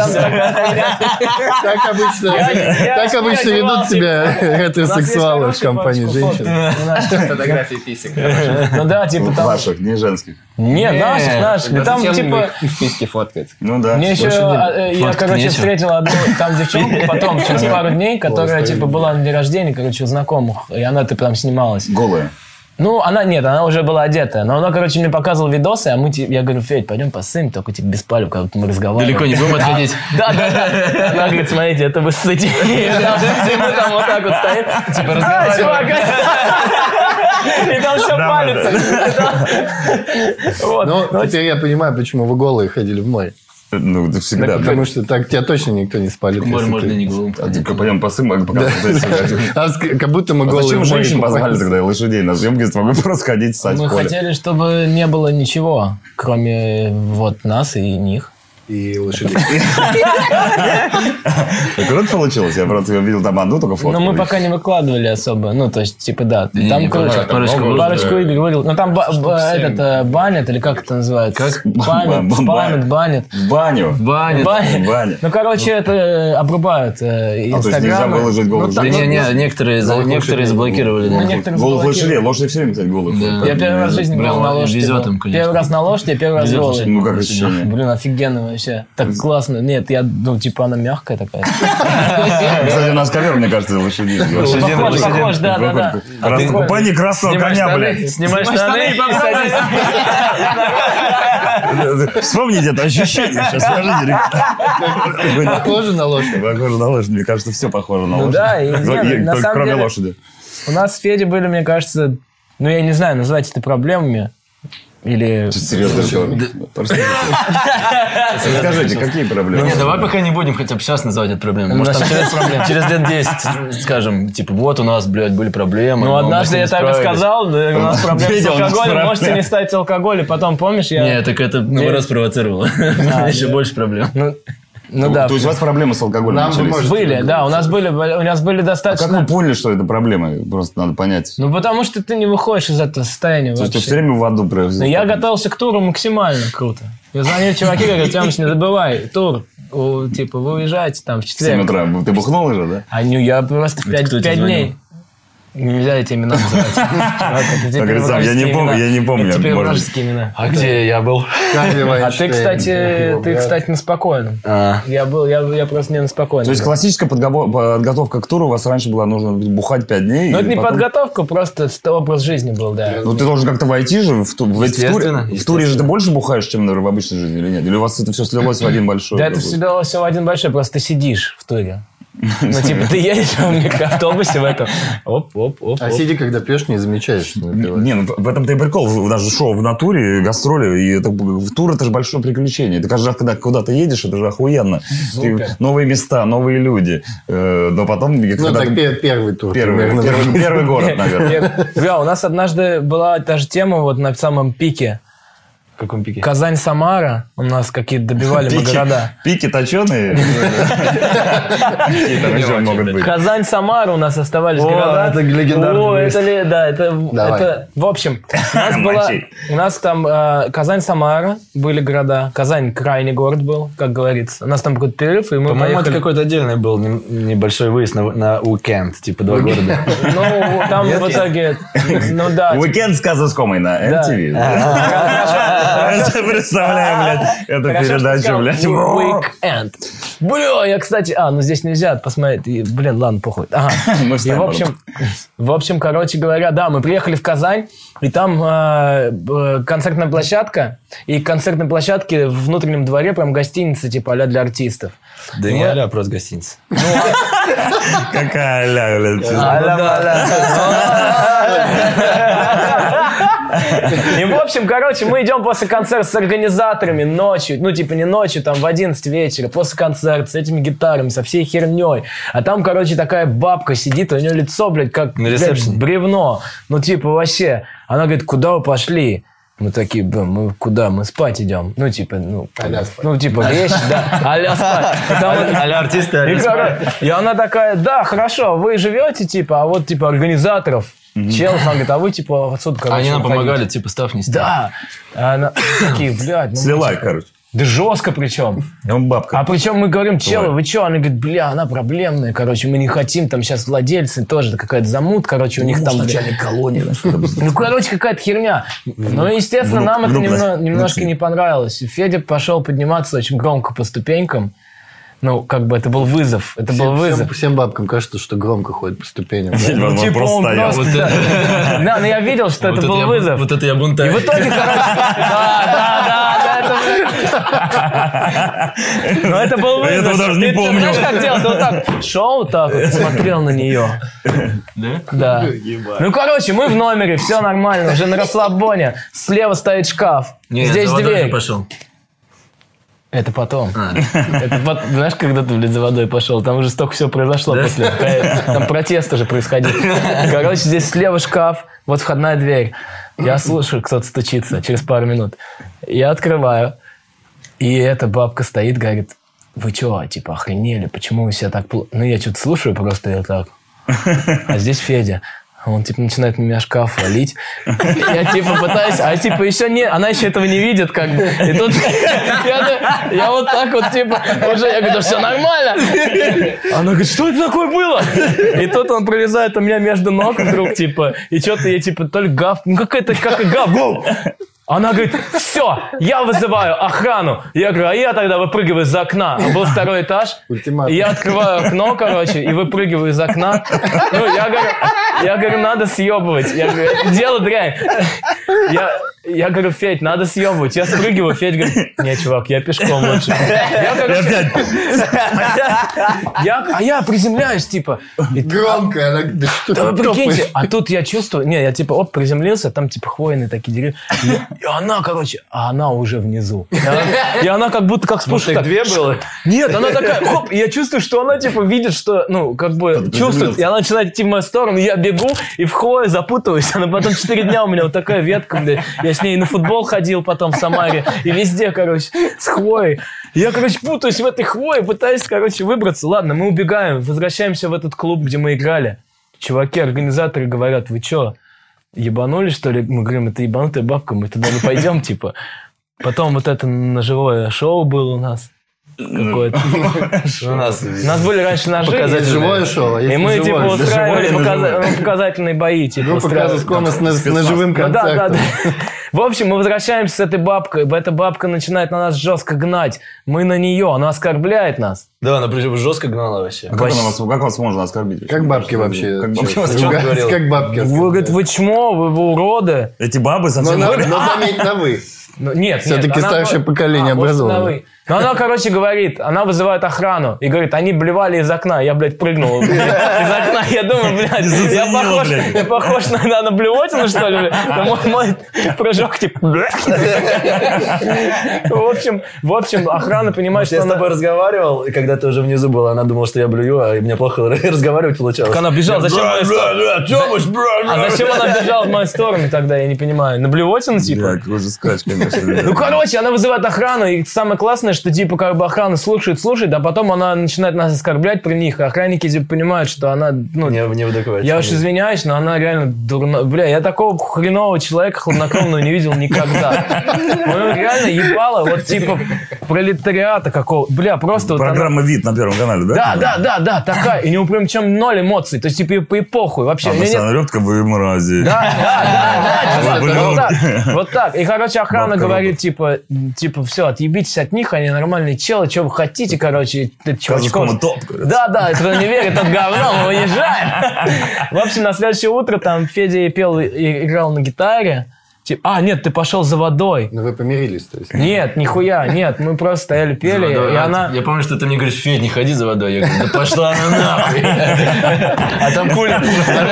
Так обычно, так обычно ведут себя гетеросексуалы в компании женщин. Фотографии писек. Ну да, типа там... Ваших, не женских. Не, наших, наших. И там типа... в письке фоткать. Ну да. Мне еще... Я, фоткать короче, нечего. встретил одну там девчонку потом, через пару дней, которая типа была на день рождения, короче, у знакомых. И она типа там снималась. Голая. Ну, она, нет, она уже была одетая. Но она, короче, мне показывала видосы, а мы, я говорю, Федь, пойдем посым, только типа без палев, как мы разговариваем. Далеко не будем отходить. Да, да, да. Она говорит, смотрите, это вы ссыте. И мы там вот так вот стоим. Типа разговариваем. И там все палится. Ну, теперь я понимаю, почему вы голые ходили в море. Ну, это всегда. Потому что так тебя точно никто не спалит. Море если можно ты- не голым. А типа пойдем посым, пока А с- как будто мы А голые зачем в море женщин позвали купались. тогда лошадей на съемки, если могу просто ходить ссать Мы в поле? хотели, чтобы не было ничего, кроме вот нас и них. И лошадей. Так круто получилось? Я просто видел там одну только фотку. Но мы пока не выкладывали особо. Ну, то есть, типа, да. Не, Там, не, короче, парочку- парочку парочку выложили. игр выложил. Ну, там ба- ба- этот, э, банят, или как это называется? Как? Спамят, Ба- ба- спамят, банят. В баню. Баня. Банят. Баня. Ну, короче, это э, обрубают э, А, то есть нельзя инстаграмы. выложить голых Ну, там- женщин? Не, не, некоторые, за- Голых некоторые лошадей. заблокировали. Ну, да. некоторых Голых заблокировали. лошадей. Лошади все время, кстати, голых. Да. Я первый раз в жизни Блин, был на лошади. везет был. им, конечно. Первый раз на лошади, первый раз Везет голый. Ну, как ощущение? Блин, офигенно вообще. Так классно. Нет, я, ну, типа, она мягкая такая. Кстати, у нас ковер, мне кажется, лошадей. Похож, похож, да, да, да. А ты купание красного коня, блядь. Снимай штаны и садись. Вспомните это ощущение. Сейчас скажите, ребята. Похоже на лошадь. Похоже на лошадь. Мне кажется, все похоже на Ну лошадь. да, и, Только- не, на только самом кроме деле- лошади. У нас с Федей были, мне кажется, ну, я не знаю, назвать это проблемами. Или... Серьезно разговор. Скажите, какие проблемы? Не, давай пока не будем хотя бы сейчас называть это проблемой. Может, там через, через лет десять скажем, типа, вот у нас, блядь, были проблемы. Ну, но мы однажды с ними я так и справились. сказал, да, у нас проблемы с Федя, у нас алкоголем, проблемы. можете не ставить алкоголь, и потом, помнишь, я... Не, так это наоборот спровоцировало. Еще больше проблем. Ну, ну да, То есть у вас проблемы с алкоголем Нам начались? поможет. были, да, у нас были, у нас были А как достаточно... вы поняли, что это проблема? Просто надо понять. Ну, потому что ты не выходишь из этого состояния То есть ты вообще. все время в аду Но провел. я готовился к туру максимально круто. Я звонил чуваки, говорю, Тёмыч, не забывай, тур, о, типа, вы уезжаете там в В семь четверг. утра. Ты бухнул уже, да? А ну я просто пять, кто тебе пять звонил? дней. Нельзя эти имена называть. Чувак, это теперь говорит, сам, я не вражеские помню, имена. я не помню, Это теперь может. вражеские имена. А где я был? А ты, кстати, ты, кстати, на спокойном. А. Я был, я, я просто не на спокойном. То есть классическая подготов- подготовка к туру у вас раньше была, нужно бухать пять дней. Ну, и это не потом- подготовка, просто ст- образ жизни был, да. Ну, ты должен как-то войти же в, ту- в, эти- в туре. Естественно, В туре же ты больше бухаешь, чем наверное, в обычной жизни или нет? Или у вас это все слилось в один большой? Да, это такой? всегда все в один большой, просто ты сидишь в туре. Ну, типа, ты едешь в автобусе в этом. Оп, оп, оп, А оп. сидя, когда пьешь, не замечаешь, что напиваешь. Не, ну в этом-то и прикол. У нас же шоу в натуре, гастроли, и это, в тур это же большое приключение. Ты каждый раз, когда куда-то едешь, это же охуенно. Ты- новые места, новые люди. Э, Но потом... Ну, когда так ты- пе- первый тур. Первый, примерно. первый, первый город, наверное. Бля, у нас однажды была та же тема вот на самом пике. В каком пике? Казань-Самара. У нас какие-то добивали мы Пики, города. пики точеные? Какие там еще могут быть? Казань-Самара у нас оставались О, города. это легендарный О, место. это ли, да, это, Давай. это, в общем, у нас была, Мочи. у нас там э, Казань-Самара были города. Казань крайний город был, как говорится. У нас там какой-то перерыв, и мы По-моему, это поехали. какой-то отдельный был не- небольшой выезд на, на уикенд, типа два города. Ну, там в итоге, ну да. Уикенд с Казускомой на эм ти ви. Представляю, блядь, эту Хорошо, что передачу, сказал блядь. Weekend. Бля, я, кстати... А, ну здесь нельзя посмотреть. И, блин, ладно, похуй. Ага. Мы И, вставим в общем, в общем, короче говоря, да, мы приехали в Казань, и там э, э, концертная площадка, и к концертной площадке в внутреннем дворе прям гостиница, типа, а-ля для артистов. Да И не мы- а-ля, просто гостиница. Какая ля, блядь. А-ля, а-ля. И, в общем, короче, мы идем после концерта с организаторами ночью, ну, типа, не ночью, там, в одиннадцать вечера, после концерта, с этими гитарами, со всей херней. А там, короче, такая бабка сидит, у нее лицо, блядь, как, блядь, бревно. Ну, типа, вообще. Она говорит, куда вы пошли? Мы такие, мы куда? Мы спать идем. Ну, типа, ну, ну типа, вещи, да, а-ля спать. А-ля артисты, а-ля спать. И она такая, да, хорошо, вы живете, типа, а вот, типа, организаторов, челов, она говорит, а вы, типа, отсюда, короче, они нам уходите. помогали, типа, став не став. Да. А она такие, блядь. Ну, Слила, типа, короче. да жестко причем. Он бабка. А причем мы говорим, челы, вы что? Она говорит, бля, она проблемная, короче, мы не хотим, там сейчас владельцы тоже какая-то замут, короче, у них там... начальник колонии. Ну, короче, какая-то херня. Ну, естественно, нам это немножко не понравилось. Федя пошел подниматься очень громко по ступенькам. Ну, как бы это был вызов. Это был вызов. Всем бабкам кажется, что громко ходит по ступеням. Ну, типа он просто... Да, но я видел, что это был вызов. Вот это я бунтарь. И в итоге, короче... Да, да, да, это... Ну, это был вызов. Я этого даже не помню. Ты знаешь, как делать? Ты вот так шел, так вот, смотрел на нее. Да? Да. Ну, короче, мы в номере, все нормально, уже на расслабоне. Слева стоит шкаф. Здесь дверь. Пошел. Это потом. А. Это потом. Знаешь, когда ты, блядь, за водой пошел, там уже столько всего произошло да? после. Там протест уже происходил. Короче, здесь слева шкаф, вот входная дверь. Я слушаю, кто-то стучится через пару минут. Я открываю, и эта бабка стоит, говорит, вы что, типа, охренели? Почему вы себя так... Ну, я что-то слушаю просто, я так. А здесь Федя. Он, типа, начинает на меня шкаф валить. Я, типа, пытаюсь... А, типа, еще не... Она еще этого не видит, как бы. И тут я, я вот так вот, типа, уже... Я говорю, да все нормально. Она говорит, что это такое было? И тут он пролезает у меня между ног вдруг, типа, и что-то я, типа, то ли гав... Ну, какая-то, как и гав... Она говорит, все, я вызываю охрану. Я говорю, а я тогда выпрыгиваю из окна. Был второй этаж. И я открываю окно, короче, и выпрыгиваю из окна. Ну, я говорю, я говорю, надо съебывать. Я говорю, это дело дрянь. Я, я говорю, Федь, надо съебывать. Я спрыгиваю, Федь говорит, не, чувак, я пешком лучше. Я, короче, я, а я приземляюсь, типа. И, громко. Она, да что да ты прикиньте, а тут я чувствую, не, я типа, оп, приземлился, там типа хвойные такие деревья. И она, короче, а она уже внизу. И она, и она как будто как спушка. Может, две было? Нет, она такая, хоп, и я чувствую, что она типа видит, что, ну, как бы чувствует. И она начинает идти в мою сторону, я бегу и в хвое запутываюсь. Она потом четыре дня у меня вот такая ветка, блядь. Я с ней на футбол ходил потом в Самаре. И везде, короче, с хвоей. И я, короче, путаюсь в этой хвое, пытаюсь, короче, выбраться. Ладно, мы убегаем, возвращаемся в этот клуб, где мы играли. Чуваки, организаторы говорят, вы чё? Ебанули, что ли? Мы говорим, это ебанутая бабка, мы туда не пойдем, типа. Потом вот это ножевое шоу было у нас. Какое-то. У нас У нас были раньше ножи. Показать живое шоу. И мы, типа, устраивали показательные бои. Группа Казус Кома с ножевым концертом. Да, да, да. В общем, мы возвращаемся с этой бабкой. Эта бабка начинает на нас жестко гнать. Мы на нее. Она оскорбляет нас. Да, она причем жестко гнала вообще. А как, вас, как вас можно оскорбить? Как бабки вообще? Как бабки, как бабки вы, говорит, вы чмо, вы, вы уроды. Эти бабы совсем... Но, но заметь на вы. Ну, нет, все-таки нет, старшее она... поколение а, образовано. Но она, короче, говорит, она вызывает охрану и говорит, они блевали из окна. Я, блядь, прыгнул из окна. Я думаю, блядь, я похож, я похож на, на блевотину, что ли? Мой, мой прыжок, типа... В общем, в общем, охрана понимает, что я она... с тобой разговаривал, и когда ты уже внизу была, она думала, что я блюю, а мне плохо разговаривать получалось. Так она бежала, зачем в мою сторону? А зачем она бежала в мою сторону тогда, я не понимаю. На блевотину, типа? Да, уже скач, конечно. Ну, короче, она вызывает охрану, и самое классное, что, типа, как бы охрана слушает, слушает, а потом она начинает нас оскорблять при них, и охранники, типа, понимают, что она, ну... Не, не выдакивается. Я уж извиняюсь, но она реально дурно... Бля, я такого хренового человека хладнокровного не видел никогда. Ну, реально ебало, вот, типа, пролетариата какого... Бля, просто... Программа «Вид» на Первом канале, да? Да, да, да, да, такая, и не причем ноль эмоций, то есть, типа, по эпоху вообще. А постоянно орёт, как вы мрази. Да, да, да, да, вот так, вот так. И, короче, охрана говорит, типа, типа, все, отъебитесь от них, они нормальные челы, что вы хотите, короче, чувачков. Да, да, кто не верит, тот говно, мы уезжаем. В общем, на следующее утро там Федя пел и играл на гитаре. Типа, а, нет, ты пошел за водой. Ну, вы помирились, то есть. Нет, нихуя, нет, мы просто стояли, пели, водой, и а, она... Я помню, что ты мне говоришь, Федь, не ходи за водой. Я говорю, да пошла она нахуй. А там Куля...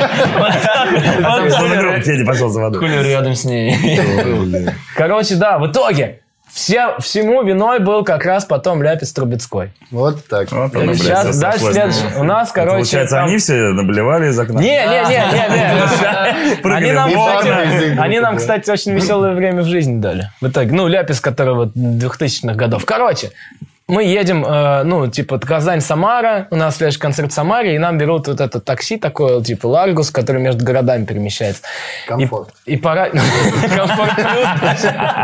Федя пошел за водой. Куля рядом с ней. Короче, да, в итоге все, всему виной был как раз потом Ляпис Трубецкой. Вот так. Вот оно, блядь, Сейчас, всё дальше сошлось. следующее. У нас, короче... Получается, там- они все наблевали из окна. Не, не, не, не, не. Прыгали Они нам, в окна. кстати, они нам, кстати, очень веселое время в жизни дали. В итоге, ну, Ляпис, который вот двухтысячных годов. Короче, мы едем, э, ну, типа, Казань-Самара, у нас следующий концерт в Самаре, и нам берут вот это такси такое, типа, Ларгус, который между городами перемещается. Комфорт. И, и пора... Комфорт плюс.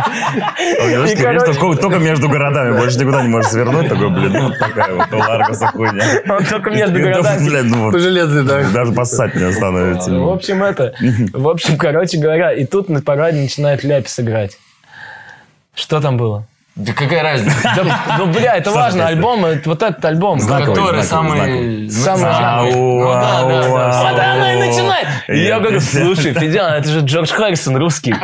И, короче, Только только между городами, больше никуда не можешь свернуть. Такой, блин, ну, такая вот у Ларгуса хуйня. Он только между городами. Блядь, ну, По вот, железной дороге. даже поссать не остановится. В общем, это... В общем, короче говоря, и тут на параде начинает Ляпис играть. Что там было? Да какая разница? Да, ну, бля, это важно. Альбом, это- вот этот альбом. Знаковый, Который знаковый, самый... Самый знаковый. Ау, Ну да, ау, да, да. ау. Вот она и начинает. И я Я- говорю, слушай, Федян, это же Джордж Харрисон русский.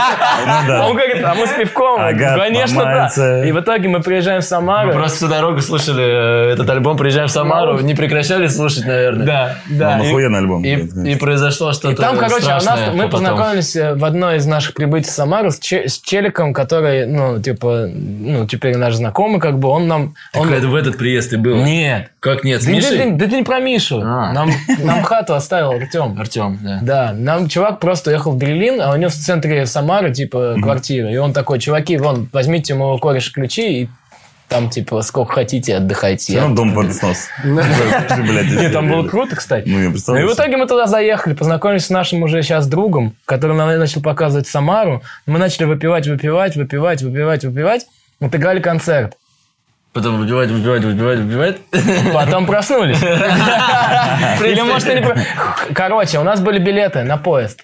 да. Он говорит, а мы с пивком. Ага, Конечно, да. мамальцы. И в итоге мы приезжаем в Мы Самару. просто всю дорогу слушали э, этот альбом, приезжаем в Самару, не прекращали слушать, наверное. Да, да. Ну, И- охуенный альбом. И, и произошло что-то И там, короче, у нас, страшное мы потом. познакомились э, в одной из наших прибытий в Самару с, че- с челиком, который, ну, типа, ну, теперь наш знакомый, как бы, он нам... Так Он... это в этот приезд ты был? Нет. Как нет? С Да, да, Мишей? да, да ты не про Мишу. А. Нам, нам хату оставил Артем. Артем, да. Да, нам чувак просто уехал в Берлин, а у него в центре Самары, типа, квартира. И он такой, чуваки, вон, возьмите у моего кореша ключи и там, типа, сколько хотите, отдыхайте. Все равно дом под снос. Нет, там было круто, кстати. Ну, я Ну и представляю. в итоге мы туда заехали, познакомились с нашим уже сейчас другом, который нам начал показывать Самару. Мы начали выпивать, выпивать, выпивать, выпивать, выпивать. Отыграли концерт. Потом выпивать, выпивать, выпивать, выпивать. Потом проснулись. Или, может, и не... про- Короче, у нас были билеты на поезд.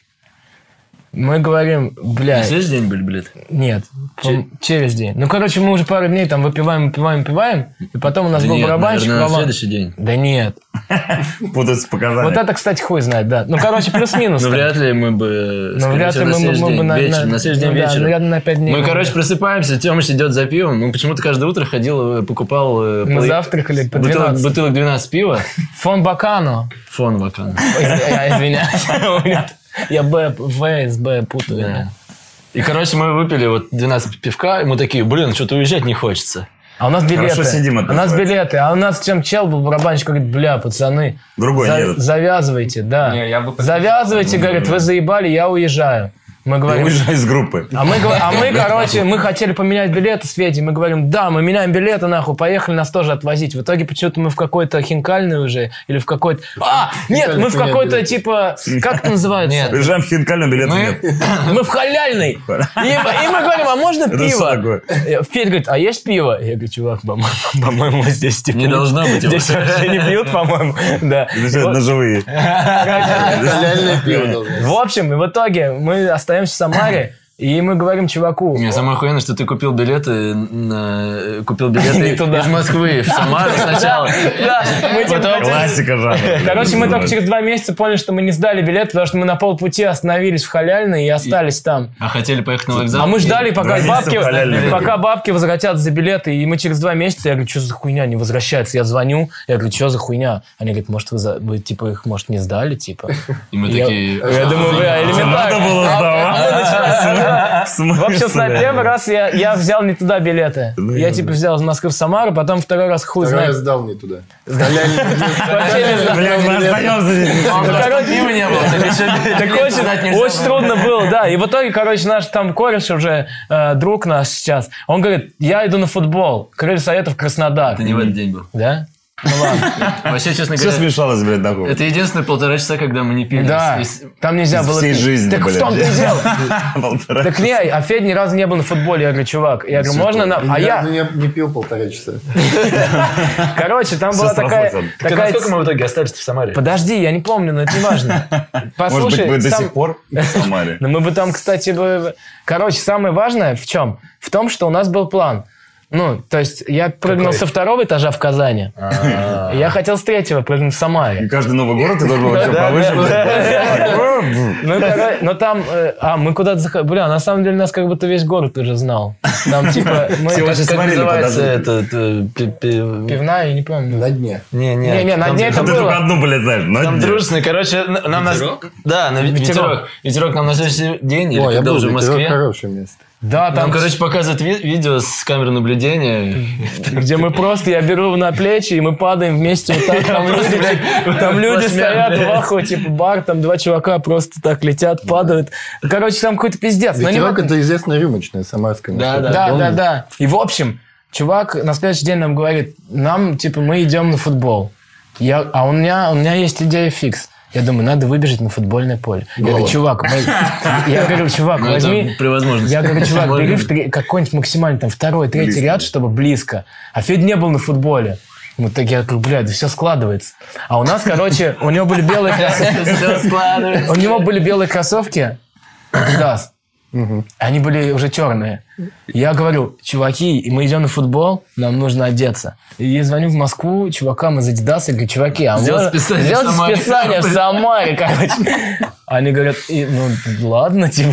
Мы говорим, На блядь, следующий день были билеты? нет, Че- пом- через день. Ну, короче, мы уже пару дней там выпиваем, выпиваем, выпиваем, и потом у нас Да был нет, барабанщик. наверное, на Вова. следующий день. Да нет. Путаются показания. Вот это, кстати, хуй знает, да. Ну, короче, плюс-минус. Ну, там. вряд ли мы бы... Ну, скорее вряд всего, ли на мы, мы, следующий мы бы день на, вечером, на следующий день ну, да, вечером. наверное, на пять дней. Мы, короче, просыпаемся, Тёмыч идет за пивом. Ну, почему-то каждое утро ходил, э, покупал... э, Мы пол- завтракали по бутылок, двенадцать. бутылок двенадцать пива. Фон Бакано. Фон вакан. Ой, Я извиняюсь. Я Б, В с Б путаю. Да. И, короче, мы выпили вот двенадцать пивка, и мы такие, блин, что-то уезжать не хочется. А у нас билеты. Хорошо сидим, это у нас называется. билеты. А у нас чем чел был барабанщик, говорит, бля, пацаны, Другой за- едет. завязывайте, да. Не, я бы подписал. Завязывайте, говорит, вы заебали, я уезжаю. Мы Я говорим, уезжаю из группы. а мы, гва- а мы, короче, мы хотели поменять билеты с Федей. Мы говорим, да, мы меняем билеты, нахуй, поехали нас тоже отвозить. В итоге почему-то мы в какой-то хинкальной уже, или в какой-то... А, нет, мы в Хинкальный какой-то, билет. типа, как это называется? Нет. Уезжаем в Хинкальную, билетов нет. Мы в халяльной. И, и мы говорим, а можно Это что пиво? такое? Федя говорит, а есть пиво? Я говорю, чувак, по-моему, по-моему, здесь типа Не должно быть его. Здесь вообще не пьют, по-моему. Да. Начинают Вот. ножевые. Халяльное пиво должно быть. В общем, и в итоге мы остаемся в Самаре, и мы говорим чуваку, Не, самое охуенное, что ты купил билеты, на... купил билеты Не туда. из Москвы в Самару сначала. да, мы типа Потом- хотели- Классика жанра. Короче, мы только через два месяца поняли, что мы не сдали билет, потому что мы на полпути остановились в халяльной и остались там. А хотели поехать на вокзал. А мы ждали, пока Два месяца в халяльной. бабки, пока бабки возвратятся за билеты, и мы через два месяца, я говорю, что за хуйня не возвращается? Я звоню, я говорю, что за хуйня? Они говорят, может, вы, за- вы, типа, их, может, не сдали, типа. И мы Я- такие... Я думаю, бля, элементарно. Надо было А, сдавать. В общем, на первый раз я, я взял не туда билеты. Ну, Я, я типа, взял из Москвы в Самару, потом второй раз хуй Второй раз знает. сдал не туда. Халяльное Вообще не знаю. Блядь, мы остаемся здесь. Ну, короче, Пива не было. так еще Так билеты сдать очень, нельзя очень было. трудно было, да. И в итоге, короче, наш там кореш уже, э, друг наш сейчас, он говорит, я иду на футбол. Крылья Советов, Краснодар. Это не в этот день был. Да? Ну ладно. Вообще, честно Все говоря, смешалось, блядь, нахуй. это единственные полтора часа, когда мы не пили. Да, Из- там нельзя Из было всей пить. жизни, Так в блядь. том-то и дело. Полтора. Так не, а Федя ни разу не был на футболе. Я говорю, чувак, я говорю, можно нам... А Ни я... разу не, не пил полтора часа. Короче, там Всё была такая... сработано. Так а такая насколько мы в итоге остались в Самаре? Подожди, я не помню, но это не важно. Может быть, Послушай, вы до сам- сих пор в Самаре. Ну, мы бы там, кстати, бы... Короче, самое важное в чем? В том, что у нас был план. Ну, то есть я прыгнул со второго этажа в Казани. Я хотел с третьего прыгнуть в Самаре. И каждый новый город ты должен вообще повыше. Ну, короче, но там... э, А, мы куда-то заходили. Бля, на самом деле нас как будто весь город уже знал. Там типа... мы- Все уже Как смотрели называется подозрительно. этот... э, пи- пи- Пивная, я не помню. На дне. Не, не. Не, не, на там- дне это Ты только было. одну, блядь, знаешь. на Там дне. дружественный, короче, н- нам нас... Да, на Ветерок. ветерок. Ветерок нам на следующий день, или О, я когда был, уже в это Москве. хорошее место. Да, Нам, там, короче, показывают ви- видео с камеры наблюдения. где мы просто, я беру на плечи, и мы падаем вместе вот так. Там люди, типа, там люди Плашмя, стоят в блядь. ахуе, типа бар, там два чувака просто так летят, падают. Короче, там какой-то пиздец. Но не Ветерок – в- это известная рюмочная самарская. Да, насколько да. я Да, помню. да, да. И в общем, чувак на следующий день нам говорит, нам, типа, мы идем на футбол. Я, а у меня, у меня есть идея фикс. Я думаю, надо выбежать на футбольное поле. Я говорю, чувак, воз- я говорю, чувак, Ну, это возьми... при возможности. Я говорю, чувак, Можно. бери в три- какой-нибудь максимально там второй, третий Близко. ряд, чтобы близко. А Федя не был на футболе. Вот так я говорю, блядь, да все складывается. А у нас, короче, у него были белые кроссовки. У него были белые кроссовки Adidas. Они были уже черные. Я говорю, чуваки, и мы идем на футбол, нам нужно одеться. И я звоню в Москву, чувакам из Adidas, и говорю, чуваки, а Сделать можно- списание в сделайте Самаре. списание в Самаре, короче. Они говорят, «И, ну ладно, типа.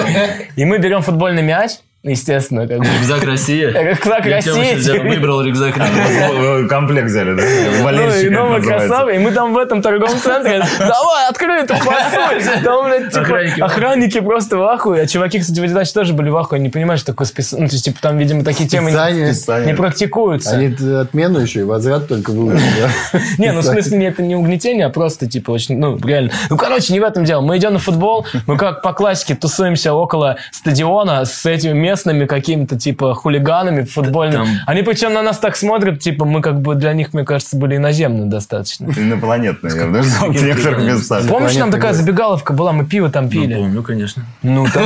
И мы берем футбольный мяч, естественно, как бы. Рюкзак России. Рюкзак Я Тёмыч России, взял- типа. Выбрал рюкзак. Вы Комплект взяли, да? Ну, и Валерчик, как новые называется. кроссовки, и мы там в этом торговом центре, давай, открой эту пассу. Там, блядь, типа, Охранники. охранники просто в ахуе. А чуваки, кстати, в Adidas тоже были в ахуе, они не понимают, что такое списание. Ну, то есть, типа, там, видимо, такие темы Списание. Списание. не, не практикуются. Они отмену еще и возврат только выучат. да? Не, ну, в смысле, не, это не угнетение, а просто, типа, очень, ну, реально. Ну, короче, не в этом дело. Мы идем на футбол, мы как по классике тусуемся около стадиона с этими местными какими-то, типа, хулиганами футбольными. Там- Они причем на нас так смотрят, типа, мы как бы для них, мне кажется, были иноземные достаточно. Инопланетные, я бы даже сказал, в некоторых местах. Помнишь, там Планетный такая гость. забегаловка была, мы пиво там пили? Помню, конечно. Ну, там...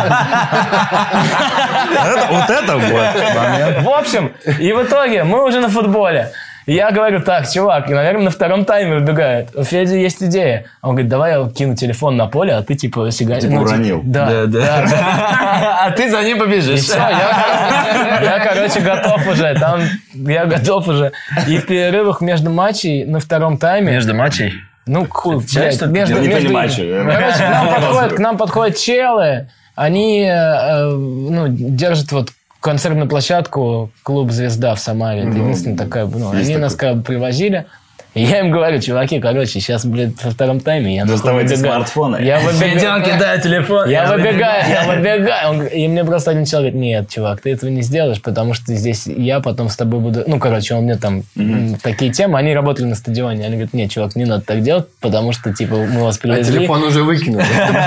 Это- Вот это вот момент. В общем, и в итоге мы уже на футболе. И я говорю, так, чувак, и, наверное, на втором тайме выбегает. У Феди есть идея. Он говорит, давай я кину телефон на поле, а ты, типа, сигарет. Типа уронил. Да, Да, да. да. А ты за ним И побежишь. все, я, я, короче, готов уже. Там я готов уже. И в перерывах между матчей на втором тайме... Между матчей. Ну, хуй, Чай, блядь, что ли? между, Не между- понимаю, что. Короче, к нам, подходят, к нам подходят челы, они э, ну, держат вот концертную площадку клуб «Звезда» в Самаре. Это единственная такая... Ну, они такой. нас как бы привозили. И я им говорю, чуваки, короче, сейчас, блядь, во втором тайме я нахуй Доставайте выбегаю. смартфоны. Я выбегаю. Федян кидает телефон. Я выбегаю, я выбегаю. Он говорит- и мне просто один человек говорит, нет, чувак, ты этого не сделаешь, потому что здесь я потом с тобой буду... Ну, короче, он мне там м, такие темы, они работали на стадионе. Они говорят, нет, чувак, не надо так делать, потому что, типа, мы вас А привезли. телефон уже выкинули.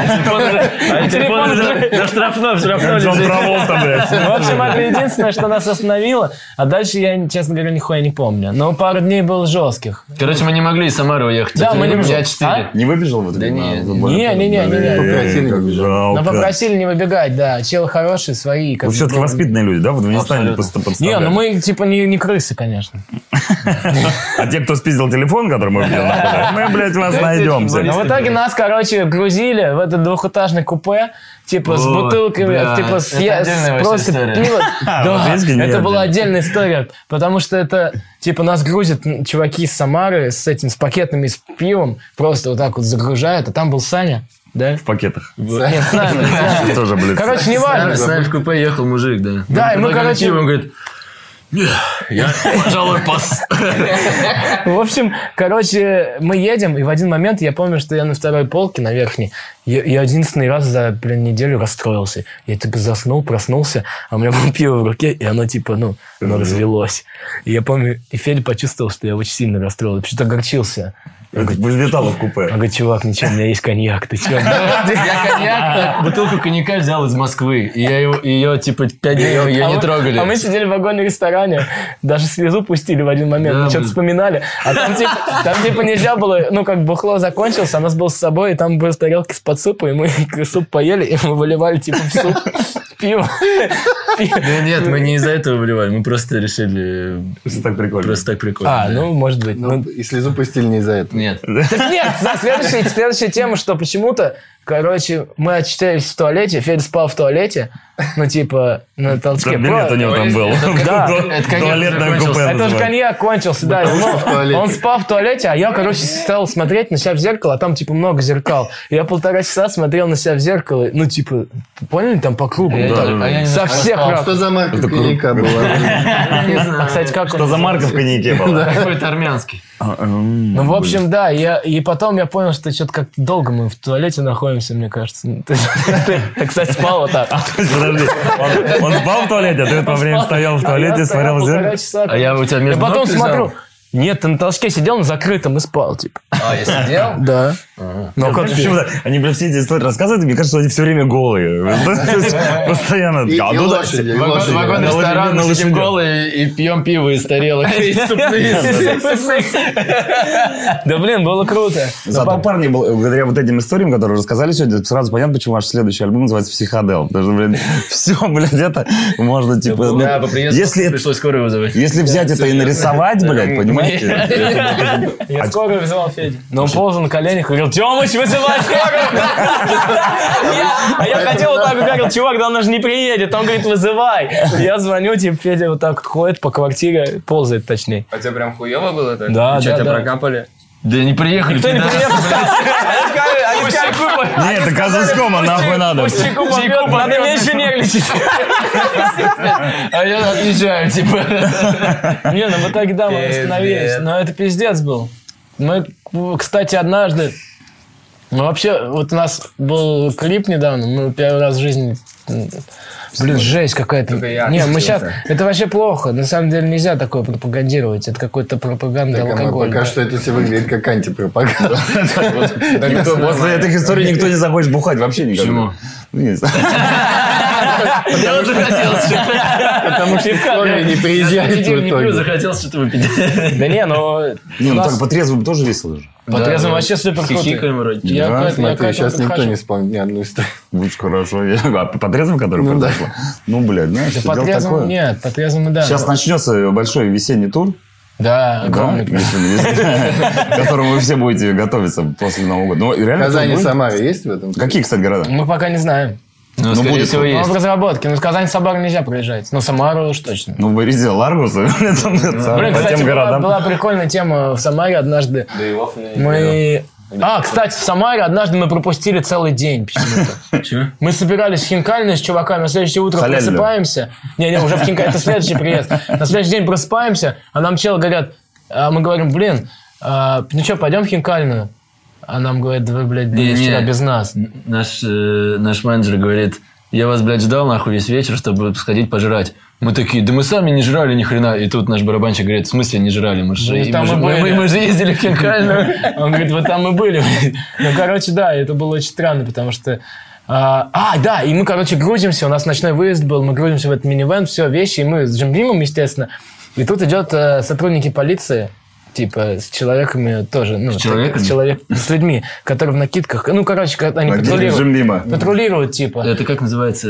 А телефон уже на штрафном, штрафном Джон лежит. Траволта, блядь. В общем, это единственное, что нас остановило. А дальше я, честно говоря, нихуя не помню. Но пару дней было жестких. Короче, мы не могли из Самары уехать. Да, мы не могли. Я четыре. А? Не выбежал в итоге? Да на не, футбольное не, поле? не, не, не, не. Блин, Попросили как не бежать. жалко. Но попросили не выбегать, да. Челы хорошие, свои. как Вы все-таки бы, воспитанные люди, да? В Афганистане Абсолютно. просто Не, подставляли. ну мы, типа, не, не крысы, конечно. А те, кто спиздил телефон, который мы видели, мы, блядь, вас найдемся. Но в итоге нас, короче, грузили в это двухэтажное купе, типа, с Ой, бутылками, бля, типа, с, это я- отдельная с вообще просто история. пиво. А, Да, вот видите, не это была отдельно. отдельная история, потому что это, типа, нас грузят м, чуваки из Самары с этим, с пакетами с пивом, просто вот так вот загружают, а там был Саня, да? В пакетах. Нет, с нами, с нами. Тоже, блядь. Короче, не важно. С нами в купе ехал мужик, да. Да, и мы, предлагали короче- пиво, он говорит, «Не, я, пожалуй, пас. В общем, короче, мы едем, и в один момент я помню, что я на второй полке, на верхней, я, я единственный раз за, блин, неделю расстроился. Я, типа, заснул, проснулся, а у меня было пиво в руке, и оно, типа, ну, оно развелось. И я помню, и Федя почувствовал, что я очень сильно расстроил, почему-то огорчился. Взлетало в купе. Он говорит, чувак, ничего, у меня есть коньяк, ты чё? Я коньяк, бутылку коньяка взял из Москвы. И я его, ее, типа, пять дней ее А не мы- трогали. А мы сидели в вагоне-ресторане, даже слезу пустили в один момент, Да, мы что-то блин. вспоминали. А там типа, там типа нельзя было, ну как бухло закончилось, а у нас был с собой, и там были тарелки с-под супа, и мы суп поели, и мы выливали типа в суп пиво. Пиво. Да нет, мы не из-за этого выливали, мы просто решили... Просто так прикольно. Просто так прикольно. А, да. ну, может быть. Ну, Ну, и слезу пустили не из-за этого. Нет. так нет, за следующая, следующая тема, что почему-то Короче, мы очутились в туалете, Федя спал в туалете, ну, типа, на толчке. Там билет у него там был. Да. Туалетное купе. Это же коньяк кончился, да. Ну, он спал в туалете, а я, короче, стал смотреть на себя в зеркало, а там, типа, много зеркал. И я полтора часа смотрел на себя в зеркало, ну, типа, поняли, там по кругу. Со всех раз. Что за марка коньяка была? А, кстати, как Что за марка в коньяке была? Какой-то армянский. Ну, в общем, да, я, и потом я понял, что что-то как-то долго мы в туалете находимся, мне кажется. Ты, ты, ты кстати, спал вот так. Подожди, он, он спал в туалете, а ты в это время стоял в туалете и смотрел в зеркало? А я у тебя Я между потом ног лежал? смотрю, нет, ты на толчке сидел, на закрытом и спал, типа. А, я сидел? Да. Ну, как почему-то они про все эти истории рассказывают, и мне кажется, что они все время голые. Постоянно. И лошади, и лошади. Вагон На ресторан, лошади- мы сидим голые и пьем пиво из тарелок. Да, блин, было круто. Зато парни, благодаря вот этим историям, которые рассказали сегодня, сразу понятно, почему ваш следующий альбом называется «Психодел». Потому что, блин, все, блядь, это можно, типа... ну, Да, по приезду если, пришлось скорую вызывать. если взять это и нарисовать, блядь, понимаете? Я скорую вызывал Федю. Но он ползал на коленях и говорил, Тёмыч, вызывай скорую! А я хотел вот так, говорил, чувак, да она же не приедет. Он говорит, вызывай. Я звоню, типа, Федя вот так ходит по квартире, ползает точнее. А тебе прям хуёво было так? Да, Что, да, тебя да. прокапали? Да не приехали. Кто не приехал, Они сказали, Нет, это Казускома, нахуй надо. пусть чайку попьет, надо меньше нервничать. А я отвечаю, типа. Не, ну в итоге, да, мы остановились. Но это пиздец был. Мы, кстати, однажды... Ну, вообще, вот у нас был клип недавно, мы первый раз в жизни... Блин, жесть какая-то. Не, мы сейчас... Это вообще плохо. На самом деле нельзя такое пропагандировать. Это какой-то пропаганда алкоголя. Пока что это все выглядит как антипропаганда. После этих историй никто не захочет бухать вообще никогда. Почему? Не знаю. Я вот захотелось что-то. Потому что скоро не приезжает в Не пью, итоге. захотелось что-то выпить. Да не, но... Не, у ну нас так по трезвым тоже весело же. по трезвым Да, вообще супер круто. Хихикаем вроде. Я Да, к- я Смотри, к этому сейчас никто подхожу. не вспомнит ни одну историю. Лучше хорошо. Я- А по трезвым, которые Ну да. произошло? Ну, блядь, знаешь, Да что по дело трезвым такое. нет, по трезвым да. Сейчас начнется большой весенний тур, Да, да, огромный. если на весне, к которому вы все будете готовиться после Нового года. Ну, реально, Казань и тур будет? Самара есть в этом? Какие, кстати, города? Мы пока не знаем. Ну, Ну, скорее будет всего, тут. Ну, есть. в разработке. Ну, в Казань Самару нельзя проезжать. Но Самару уж точно. Ну, Борисия, Ларгус, это, это, Блин, по кстати, тем была, городам. была прикольная тема в Самаре однажды. Мы... А, кстати, в Самаре однажды мы пропустили целый день почему-то. Чего? Мы собирались в Хинкальной с чуваками, на следующее утро Халяльно. просыпаемся. Не-не, уже в Хинкальной, это следующий приезд. На следующий день просыпаемся, а нам челы говорят, а мы говорим, блин, а, ну что, пойдем в Хинкальную? А нам говорят, да вы, блядь, были Не-не. вчера без нас. Наш, э, наш менеджер говорит, я вас, блядь, ждал нахуй весь вечер, чтобы сходить пожрать. Мы такие, да мы сами не жрали ни хрена. И тут наш барабанщик говорит, в смысле не жрали? Мы же, Мы там мы, и же- мы- были. мы- мы же ездили в Хинкальную. Он говорит, вы там и были. Ну, короче, да, это было очень странно, потому что... А, а, да, и мы, короче, грузимся, у нас ночной выезд был, мы грузимся в этот минивэн, все, вещи, и мы с Джимбимом, естественно. И тут идет э, сотрудники полиции, типа, с человеками тоже. Ну, С человеками? С, человек, с людьми, которые в накидках. Ну, короче, когда они Накидки патрулируют. Джимбима. Патрулируют, типа. Это как называется?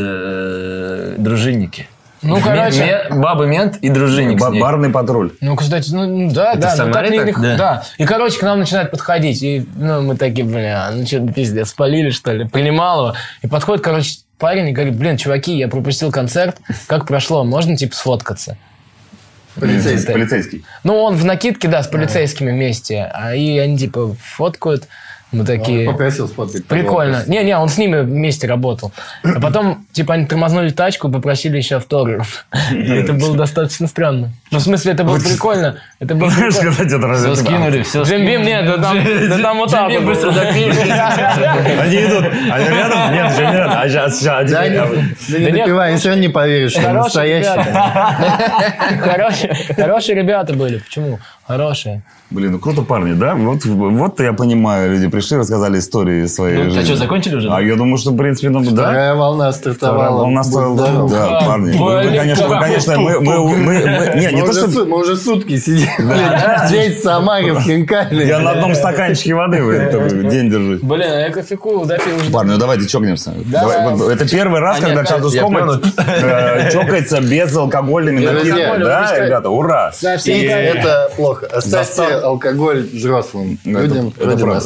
э, Дружинники. Ну, короче... Ме- Баба-мент и дружинник с Ба- ней. Барный патруль. Ну, кстати, ну, ну, да, Это да. в ну, Самаре так не- так? да. Да. И, короче, к нам начинают подходить. И, ну, мы такие, бля, ну, что, пиздец, спалили, что ли? Принимал его. И подходит, короче, парень и говорит, блин, чуваки, я пропустил концерт. Как прошло? Можно, типа, сфоткаться? Полицейский. Полицейский. Ну, он в накидке, да, с полицейскими вместе. А и они, типа, фоткают. Мы такие... Попросил сфоткать. Прикольно. Не-не, он с ними вместе работал. А потом, типа, они тормознули тачку и попросили еще автограф. И это было достаточно странно. Ну, в смысле, это было прикольно. Это было Знаешь, прикольно. сказать, это разве... Все скинули, все Джимбим, нет, да там, да там вот так Джимбим вот. быстро допишет. Они идут. Они рядом? Нет, еще не рядом. А сейчас, сейчас. Да, не, да не нет, допивай, они все равно не поверишь, что он Хорошие настоящий. ребята. Хорошие, хорошие ребята были. Почему? Хорошие. Блин, ну круто, парни, да? Вот, вот я понимаю, люди пришли, рассказали истории своей Ну, жизни. а что, закончили уже? А я думаю, что, в принципе, ну, да. Вторая волна Вторая стартовала. волна Будь стоила, здоров. да, парни. Мы, мы, Блин, конечно, мы, как- конечно, мы, мы, мы- мы- не, не Мы то, уже что су- мы уже сутки сидим. Здесь в Самаре, в Хинкальной. я на одном стаканчике воды вы, такой день держу. Блин, а я кофейку допил уже. Парни, ну давайте чокнемся. Давай. Давай, вот это первый раз, А когда нет, Казускома э, чокается без алкогольными Друзья, напитками. Да, пускай- ребята, ура! Да, все Пить Италия. это плохо. Оставьте Застав- алкоголь взрослым Это- людям это вроде правда. нас. За старт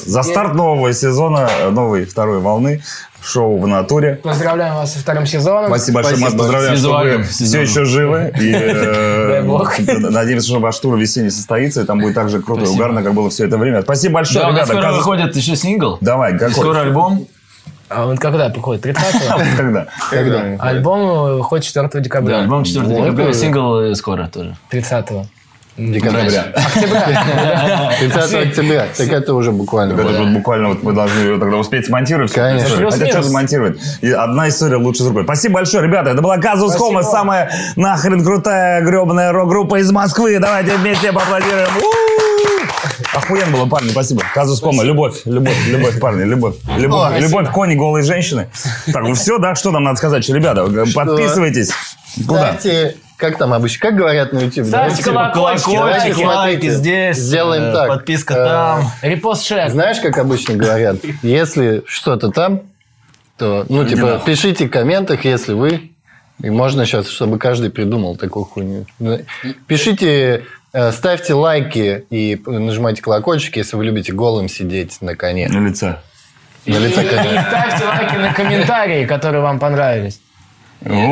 Старт нового сезона, новой второй волны. Шоу «В натуре». Поздравляем вас со вторым сезоном. Спасибо большое. Мы вас поздравляем, С что вы визуальным все сезоном. еще живы. И э, Дай бог. надеемся, что ваш тур весенний состоится, и там будет так же круто и угарно, как было все это время. Спасибо большое, Да, у нас ребята. скоро Казус- выходит еще сингл. Давай, И какой? скоро альбом. А он когда приходит? тридцатого? Когда? Когда? Альбом выходит четвёртого Да, декабря. альбом четвёртого декабря. Сингл э, скоро тоже. тридцатого. Декабря. тридцатого октября. Так это уже буквально. Это же вот буквально вот мы должны ее тогда успеть смонтировать. всю эту Конечно. историю. Хотя Плюс-минус. что замонтировать? И одна история лучше другой. Спасибо большое, ребята. Это была Казус Хома, самая нахрен крутая гребаная рок-группа из Москвы. Давайте вместе поаплодируем. У-у-у! Охуенно было, парни, спасибо. Казус Хома, любовь, любовь, любовь, парни, любовь. Любовь, О, любовь, кони, голые женщины. Так, ну все, да, что нам надо сказать? Что, ребята, подписывайтесь. Куда? Ставьте, как там обычно, как говорят на YouTube? Ставьте колокольчики, Давайте лайки, смотрите. здесь. Сделаем э, так. Подписка Э, там. Репост шер. Знаешь, как обычно говорят, если что-то там, то, ну, типа, нахуй. пишите в комментах, если вы, и можно сейчас, чтобы каждый придумал такую хуйню. Пишите, э, ставьте лайки и нажимайте колокольчик, если вы любите голым сидеть на коне. На лице. На лице И коня. ставьте лайки на комментарии, которые вам понравились. О.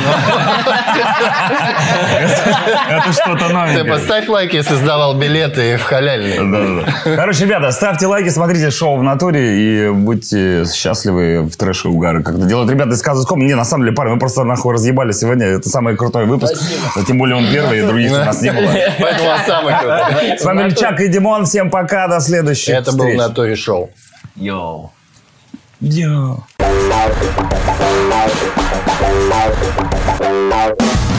Это что-то Ты новенькое. поставь лайк, если сдавал билеты в халяльный. Да-да-да. Короче, ребята, ставьте лайки, смотрите шоу «В натуре» и будьте счастливы в трэше и угары. Как это делают ребята из Казус Хома. Не, на самом деле, парни, мы просто нахуй разъебали сегодня. Это самый крутой выпуск. Да, тем более он первый, и других у нас не было. Поэтому он самый крутой. С вами Чак и Димон. Всем пока, до следующих Это был встреч. в натуре шоу. Йоу. Йоу.